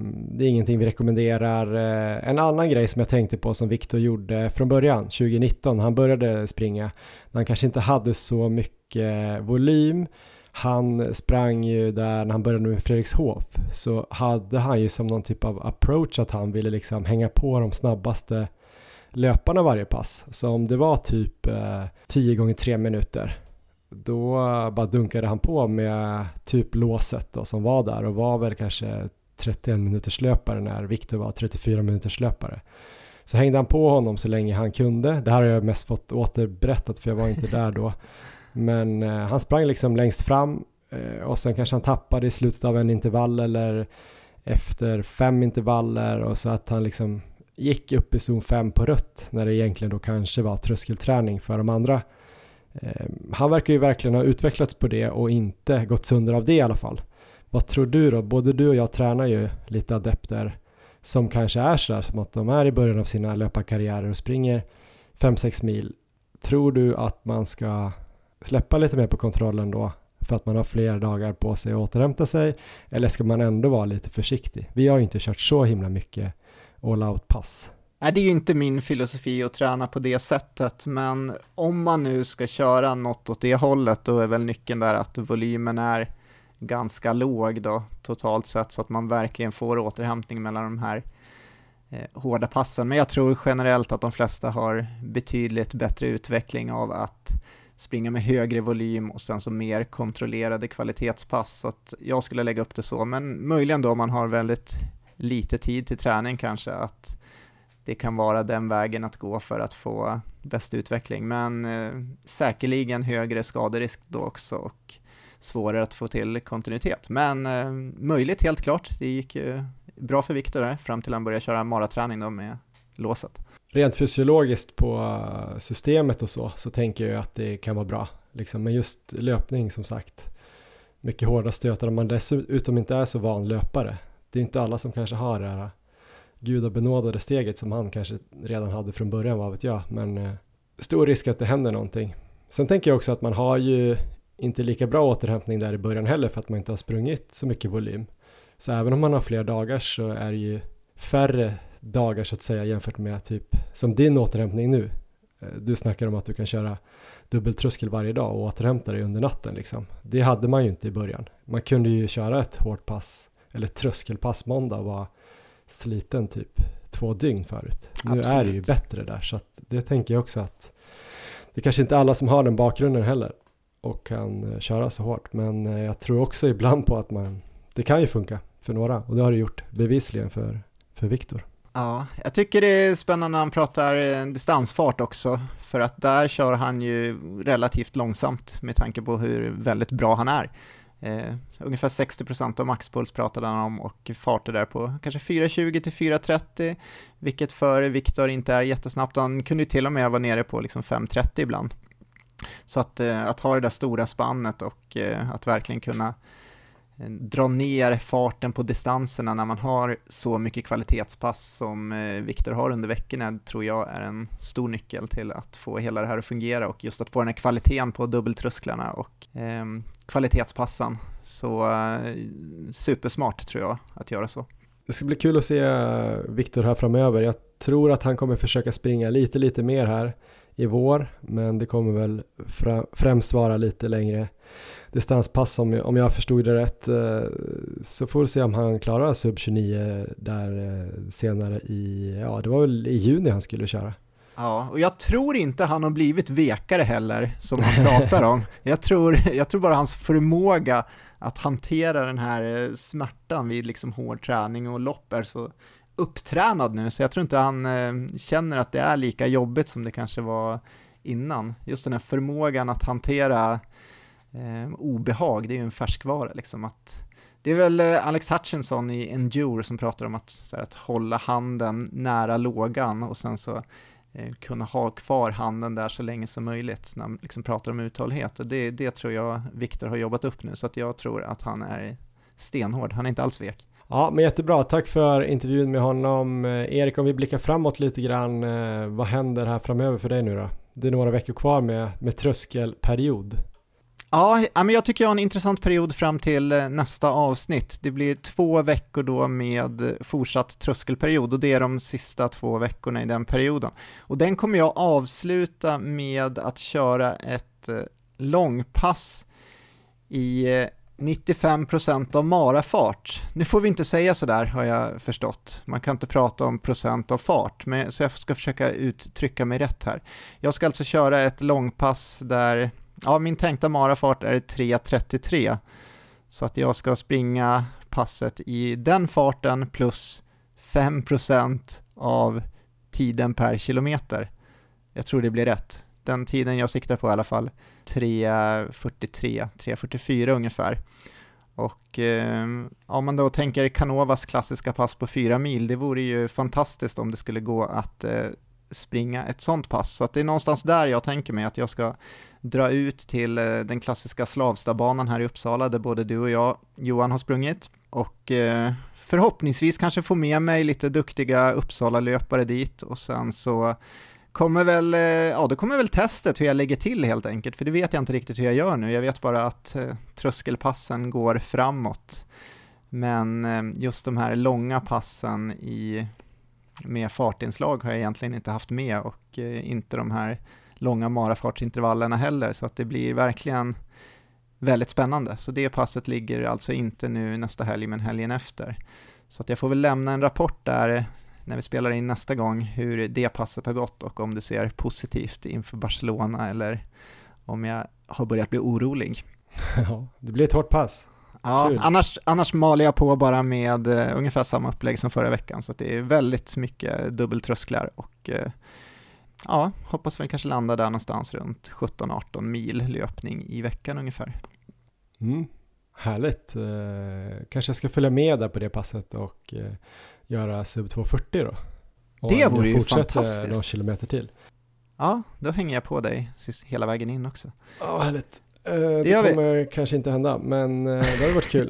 är ingenting vi rekommenderar. En annan grej som jag tänkte på som Viktor gjorde från början, tjugonitton, han började springa. Han kanske inte hade så mycket volym. Han sprang ju där när han började med Fredrikshof, så hade han ju som någon typ av approach att han ville liksom hänga på de snabbaste löparna varje pass. Så om det var typ eh, tio gånger tre minuter, då bara dunkade han på med typ låset då, som var där och var väl kanske trettioen minuters löpare när Viktor var trettiofyra minuters löpare. Så hängde han på honom så länge han kunde. Det här har jag mest fått återberättat för jag var inte där då. Men eh, han sprang liksom längst fram eh, och sen kanske han tappade i slutet av en intervall eller efter fem intervaller, och så att han liksom gick upp i zon fem på rött när det egentligen då kanske var tröskelträning för de andra. Eh, han verkar ju verkligen ha utvecklats på det och inte gått sönder av det i alla fall. Vad tror du då? Både du och jag tränar ju lite adepter som kanske är så där, som att de är i början av sina löparkarriärer och springer fem sex mil. Tror du att man ska släppa lite mer på kontrollen då för att man har fler dagar på sig att återhämta sig, eller ska man ändå vara lite försiktig? Vi har ju inte kört så himla mycket all-out-pass. Nej, det är ju inte min filosofi att träna på det sättet, men om man nu ska köra något åt det hållet, då är väl nyckeln där att volymen är ganska låg då totalt sett, så att man verkligen får återhämtning mellan de här eh, hårda passen. Men jag tror generellt att de flesta har betydligt bättre utveckling av att springa med högre volym och sen så mer kontrollerade kvalitetspass, så att jag skulle lägga upp det så. Men möjligen då om man har väldigt lite tid till träning kanske, att det kan vara den vägen att gå för att få bäst utveckling. Men eh, säkerligen högre skaderisk då också och svårare att få till kontinuitet. Men eh, möjligt helt klart. Det gick ju bra för Viktor där fram till han började köra maraträning då med låset. Rent fysiologiskt på systemet och så, så tänker jag att det kan vara bra. Liksom. Men just löpning som sagt, mycket hårda stötar om man dessutom inte är så van löpare. Det är inte alla som kanske har det här gudabenådade steget som han kanske redan hade från början, vad vet jag. Men eh, stor risk att det händer någonting. Sen tänker jag också att man har ju inte lika bra återhämtning där i början heller för att man inte har sprungit så mycket volym. Så även om man har fler dagar så är det ju färre dagar så att säga jämfört med typ som din återhämtning nu. Du snackar om att du kan köra dubbeltröskel varje dag och återhämta dig under natten liksom. Det hade man ju inte i början. Man kunde ju köra ett hårt pass eller tröskelpass måndag och vara sliten typ två dygn förut. Nu Absolut. Är det ju bättre där, så att det tänker jag också att det kanske inte alla som har den bakgrunden heller och kan köra så hårt, men jag tror också ibland på att man det kan ju funka för några, och det har det gjort bevisligen för, för Viktor. Ja, jag tycker det är spännande när han pratar distansfart också, för att där kör han ju relativt långsamt med tanke på hur väldigt bra han är. Eh, ungefär sextio procent av maxpuls pratade han om och farter där på kanske fyra tjugo till fyra trettio, vilket för Viktor inte är jättesnabbt. Han kunde ju till och med vara nere på liksom fem trettio ibland. Så att, eh, att ha det där stora spannet och eh, att verkligen kunna eh, dra ner farten på distanserna när man har så mycket kvalitetspass som eh, Viktor har under veckorna, tror jag är en stor nyckel till att få hela det här att fungera, och just att få den här kvaliteten på dubbeltrösklarna och eh, kvalitetspassen. Så eh, supersmart tror jag att göra så. Det ska bli kul att se Viktor här framöver. Jag tror att han kommer försöka springa lite lite mer här i vår, men det kommer väl fra, främst vara lite längre distanspass om, om jag förstod det rätt. Så får vi se om han klarar sub tjugonio där senare i, ja det var väl i juni han skulle köra. Ja, och jag tror inte han har blivit vekare heller som han pratar om. Jag tror, jag tror bara hans förmåga att hantera den här smärtan vid liksom hård träning och lopp är så upptränad nu, så jag tror inte han eh, känner att det är lika jobbigt som det kanske var innan. Just den här förmågan att hantera eh, obehag, det är ju en färskvara liksom. Att, det är väl eh, Alex Hutchinson i Endure som pratar om att, så här, att hålla handen nära lågan och sen så eh, kunna ha kvar handen där så länge som möjligt när man liksom pratar om uthållighet. Och det, det tror jag Viktor har jobbat upp nu, så att jag tror att han är stenhård, han är inte alls vek. Ja, men jättebra. Tack för intervjun med honom. Erik, om vi blickar framåt lite grann, vad händer här framöver för dig nu då? Det är några veckor kvar med, med tröskelperiod. Ja, men jag tycker jag har en intressant period fram till nästa avsnitt. Det blir två veckor då med fortsatt tröskelperiod och det är de sista två veckorna i den perioden. Och den kommer jag avsluta med att köra ett långpass i nittiofem procent av marafart. Nu får vi inte säga så där, har jag förstått. Man kan inte prata om procent av fart, men, så jag ska försöka uttrycka mig rätt här. Jag ska alltså köra ett långpass där ja, min tänkta marafart är tre trettiotre. Så att jag ska springa passet i den farten plus fem procent av tiden per kilometer. Jag tror det blir rätt. Den tiden jag siktar på i alla fall. tre fyrtiotre, tre fyrtiofyra ungefär. Och eh, om man då tänker Canovas klassiska pass på fyra mil, det vore ju fantastiskt om det skulle gå att eh, springa ett sånt pass. Så att det är någonstans där jag tänker mig att jag ska dra ut till eh, den klassiska Slavstabanan här i Uppsala där både du och jag, Johan, har sprungit. Och eh, förhoppningsvis kanske få med mig lite duktiga Uppsala-löpare dit och sen så kommer väl, ja, då kommer väl testet hur jag lägger till helt enkelt, för det vet jag inte riktigt hur jag gör nu. Jag vet bara att eh, tröskelpassen går framåt, men eh, just de här långa passen i, med fartinslag har jag egentligen inte haft med och eh, inte de här långa marafartsintervallerna heller, så att det blir verkligen väldigt spännande. Så det passet ligger alltså inte nu nästa helg men helgen efter. Så att jag får väl lämna en rapport där när vi spelar in nästa gång hur det passet har gått och om det ser positivt inför Barcelona eller om jag har börjat bli orolig. Ja, det blir ett hårt pass. Ja, annars, annars maler jag på bara med uh, ungefär samma upplägg som förra veckan, så att det är väldigt mycket dubbeltrösklar och uh, ja, hoppas väl kanske landa där någonstans runt sjutton arton mil löpning i veckan ungefär. Mm, härligt. Uh, kanske jag ska följa med där på det passet och uh, göra sub två fyrtio då. Och det vore ju fantastiskt. Några kilometer till. Ja, då hänger jag på dig hela vägen in också. Ja, härligt. Uh, det, det kommer vi. Kanske inte hända, men uh, det har varit kul.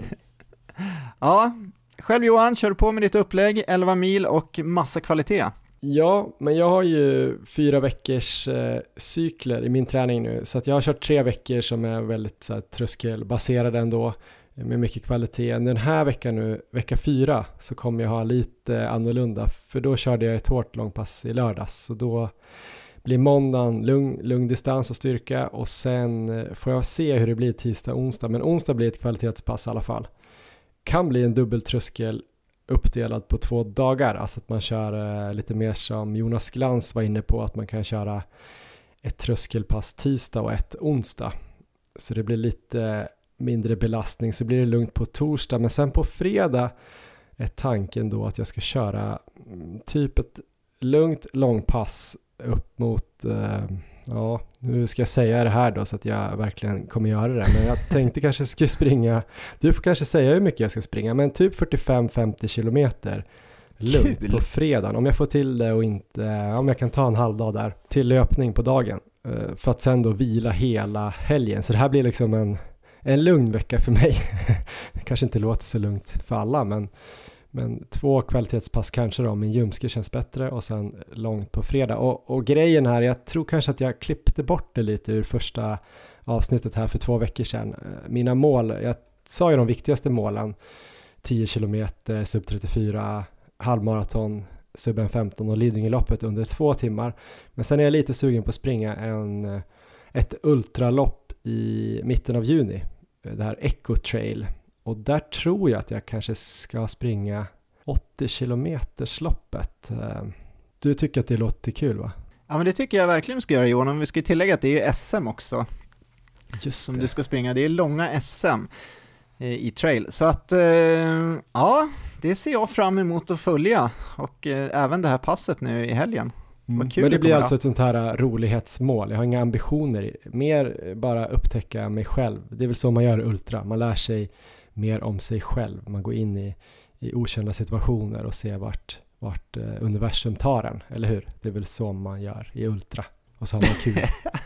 Ja, själv Johan, kör på med ditt upplägg, elva mil och massa kvalitet. Ja, men jag har ju fyra veckors eh, cykler i min träning nu, så att jag har kört tre veckor som är väldigt så här, tröskelbaserade ändå, med mycket kvalitet. Den här veckan nu, vecka fyra, så kommer jag ha lite annorlunda, för då körde jag ett hårt långpass i lördags, så då blir måndagen lugn, lugn distans och styrka, och sen får jag se hur det blir tisdag och onsdag, men onsdag blir ett kvalitetspass i alla fall. Kan bli en dubbeltröskel uppdelad på två dagar, alltså att man kör eh, lite mer som Jonas Glans var inne på, att man kan köra ett tröskelpass tisdag och ett onsdag, så det blir lite mindre belastning, så blir det lugnt på torsdag, men sen på fredag är tanken då att jag ska köra mm, typ ett lugnt långpass upp mot eh, ja, nu ska jag säga det här då så att jag verkligen kommer göra det, men jag tänkte kanske jag skulle springa, du får kanske säga hur mycket jag ska springa, men typ fyrtiofem femtio kilometer lugnt Kul. På fredagen, om jag får till det och inte, om jag kan ta en halvdag där till löpning på dagen, för att sen då vila hela helgen, så det här blir liksom en, en lugn vecka för mig. Kanske inte låter så lugnt för alla, men Men två kvalitetspass kanske då, min ljumske känns bättre, och sen långt på fredag. Och, och grejen här, jag tror kanske att jag klippte bort det lite ur första avsnittet här för två veckor sedan. Mina mål, jag sa ju de viktigaste målen, tio kilometer, sub trettiofyra, halvmaraton, sub femton och Lidingöloppet under två timmar. Men sen är jag lite sugen på att springa en, ett ultralopp i mitten av juni, det här Echo Trail, och där tror jag att jag kanske ska springa åttio kilometers loppet. Du tycker att det låter kul, va? Ja, men det tycker jag verkligen ska göra, Johan. Vi ska tillägga att det är S M också. Just som det. du ska springa. Det är långa S M i trail. Så att, ja, det ser jag fram emot att följa. Och även det här passet nu i helgen. Mm. Vad kul. Men det blir kommer alltså ett sånt här rolighetsmål. Jag har inga ambitioner. Mer bara upptäcka mig själv. Det är väl så man gör ultra. Man lär sig mer om sig själv. Man går in i, i okända situationer och ser vart, vart universum tar en. Eller hur? Det är väl så man gör i ultra. Och så har man kul.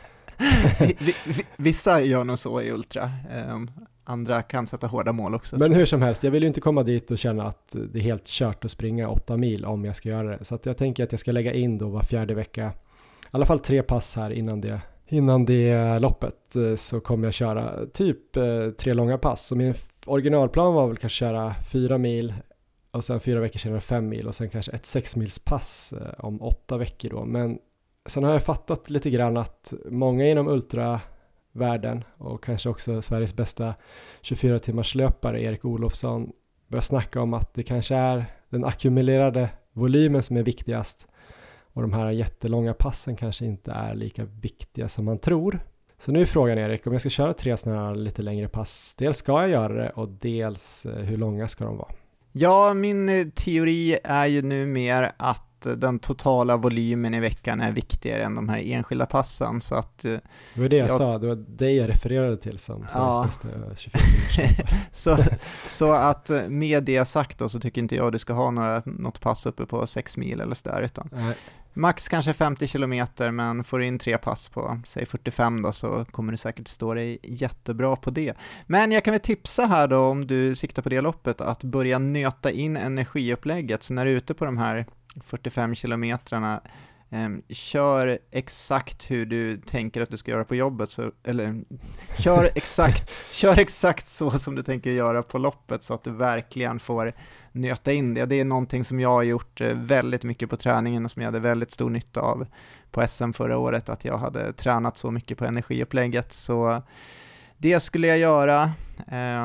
Vissa gör nog så i ultra. Um, andra kan sätta hårda mål också. Men hur som helst, jag vill ju inte komma dit och känna att det är helt kört att springa åtta mil om jag ska göra det. Så att jag tänker att jag ska lägga in då var fjärde vecka, i alla fall tre pass här innan det, innan det loppet, så kommer jag köra typ eh, tre långa pass. Så min originalplan var väl kanske köra fyra mil och sen fyra veckor senare fem mil och sen kanske ett sex mils pass eh, om åtta veckor då. Men sen har jag fattat lite grann att många inom ultravärlden och kanske också Sveriges bästa tjugofyra timmars löpare Erik Olofsson börjar snacka om att det kanske är den ackumulerade volymen som är viktigast och de här jättelånga passen kanske inte är lika viktiga som man tror. Så nu är frågan, Erik, om jag ska köra tre sådana här lite längre pass, dels ska jag göra det och dels hur långa ska de vara? Ja, min teori är ju nu mer att den totala volymen i veckan är viktigare än de här enskilda passen. Så att, det var det jag, jag sa, det var det jag refererade till som ja. bästa tjugofyra så, så att med det sagt då, så tycker inte jag du ska ha några, något pass uppe på sex mil eller sådär, utan Nej. max kanske femtio kilometer, men får du in tre pass på säg fyrtiofem då, så kommer du säkert stå dig jättebra på det. Men jag kan väl tipsa här då, om du siktar på det loppet, att börja nöta in energiupplägget. Så när du är ute på de här fyrtiofem kilometrarna, eh, kör exakt hur du tänker att du ska göra på jobbet, så, eller kör exakt, kör exakt så som du tänker göra på loppet, så att du verkligen får nöta in det. Det är någonting som jag har gjort eh, väldigt mycket på träningen och som jag hade väldigt stor nytta av på S M förra året, att jag hade tränat så mycket på energiupplägget. Så det skulle jag göra. Eh,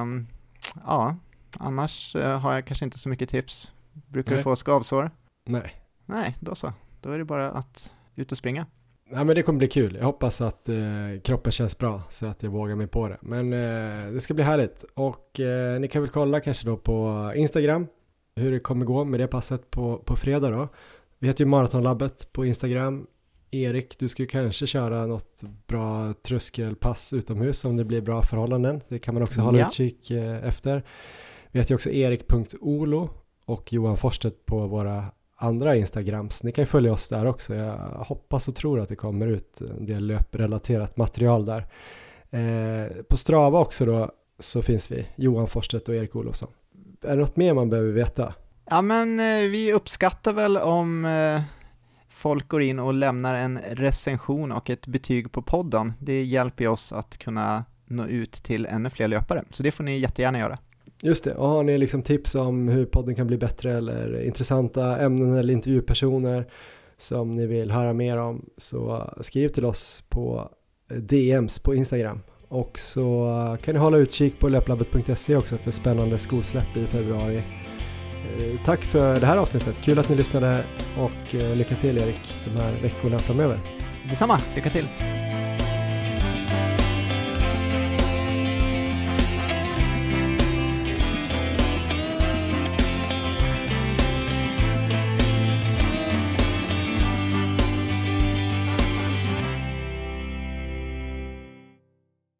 ja, annars eh, har jag kanske inte så mycket tips. Brukar Nej. du få skavsår? Nej. Nej, då så. Då är det bara att ut och springa. Ja, men det kommer bli kul. Jag hoppas att eh, kroppen känns bra så att jag vågar mig på det. Men eh, det ska bli härligt. Och eh, ni kan väl kolla kanske då på Instagram hur det kommer gå med det passet på, på fredag då. Vi heter ju Maratonlabbet på Instagram. Erik, du ska ju kanske köra något bra tröskelpass utomhus om det blir bra förhållanden. Det kan man också hålla ja. utkik eh, efter. Vi heter ju också erik punkt olo och Johan Forstedt på våra andra Instagrams. Ni kan ju följa oss där också. Jag hoppas och tror att det kommer ut en del löprelaterat material där. Eh, på Strava också då så finns vi, Johan Forstedt och Erik Olofsson. Är det något mer man behöver veta? Ja, men eh, vi uppskattar väl om eh, folk går in och lämnar en recension och ett betyg på podden. Det hjälper oss att kunna nå ut till ännu fler löpare. Så det får ni jättegärna göra. Just det, och har ni liksom tips om hur podden kan bli bättre eller intressanta ämnen eller intervjupersoner som ni vill höra mer om, så skriv till oss på D Ms på Instagram. Och så kan ni hålla utkik på löplabbet punkt se också för spännande skosläpp i februari. Tack för det här avsnittet, kul att ni lyssnade och lycka till Erik de här veckorna framöver. Detsamma, lycka till!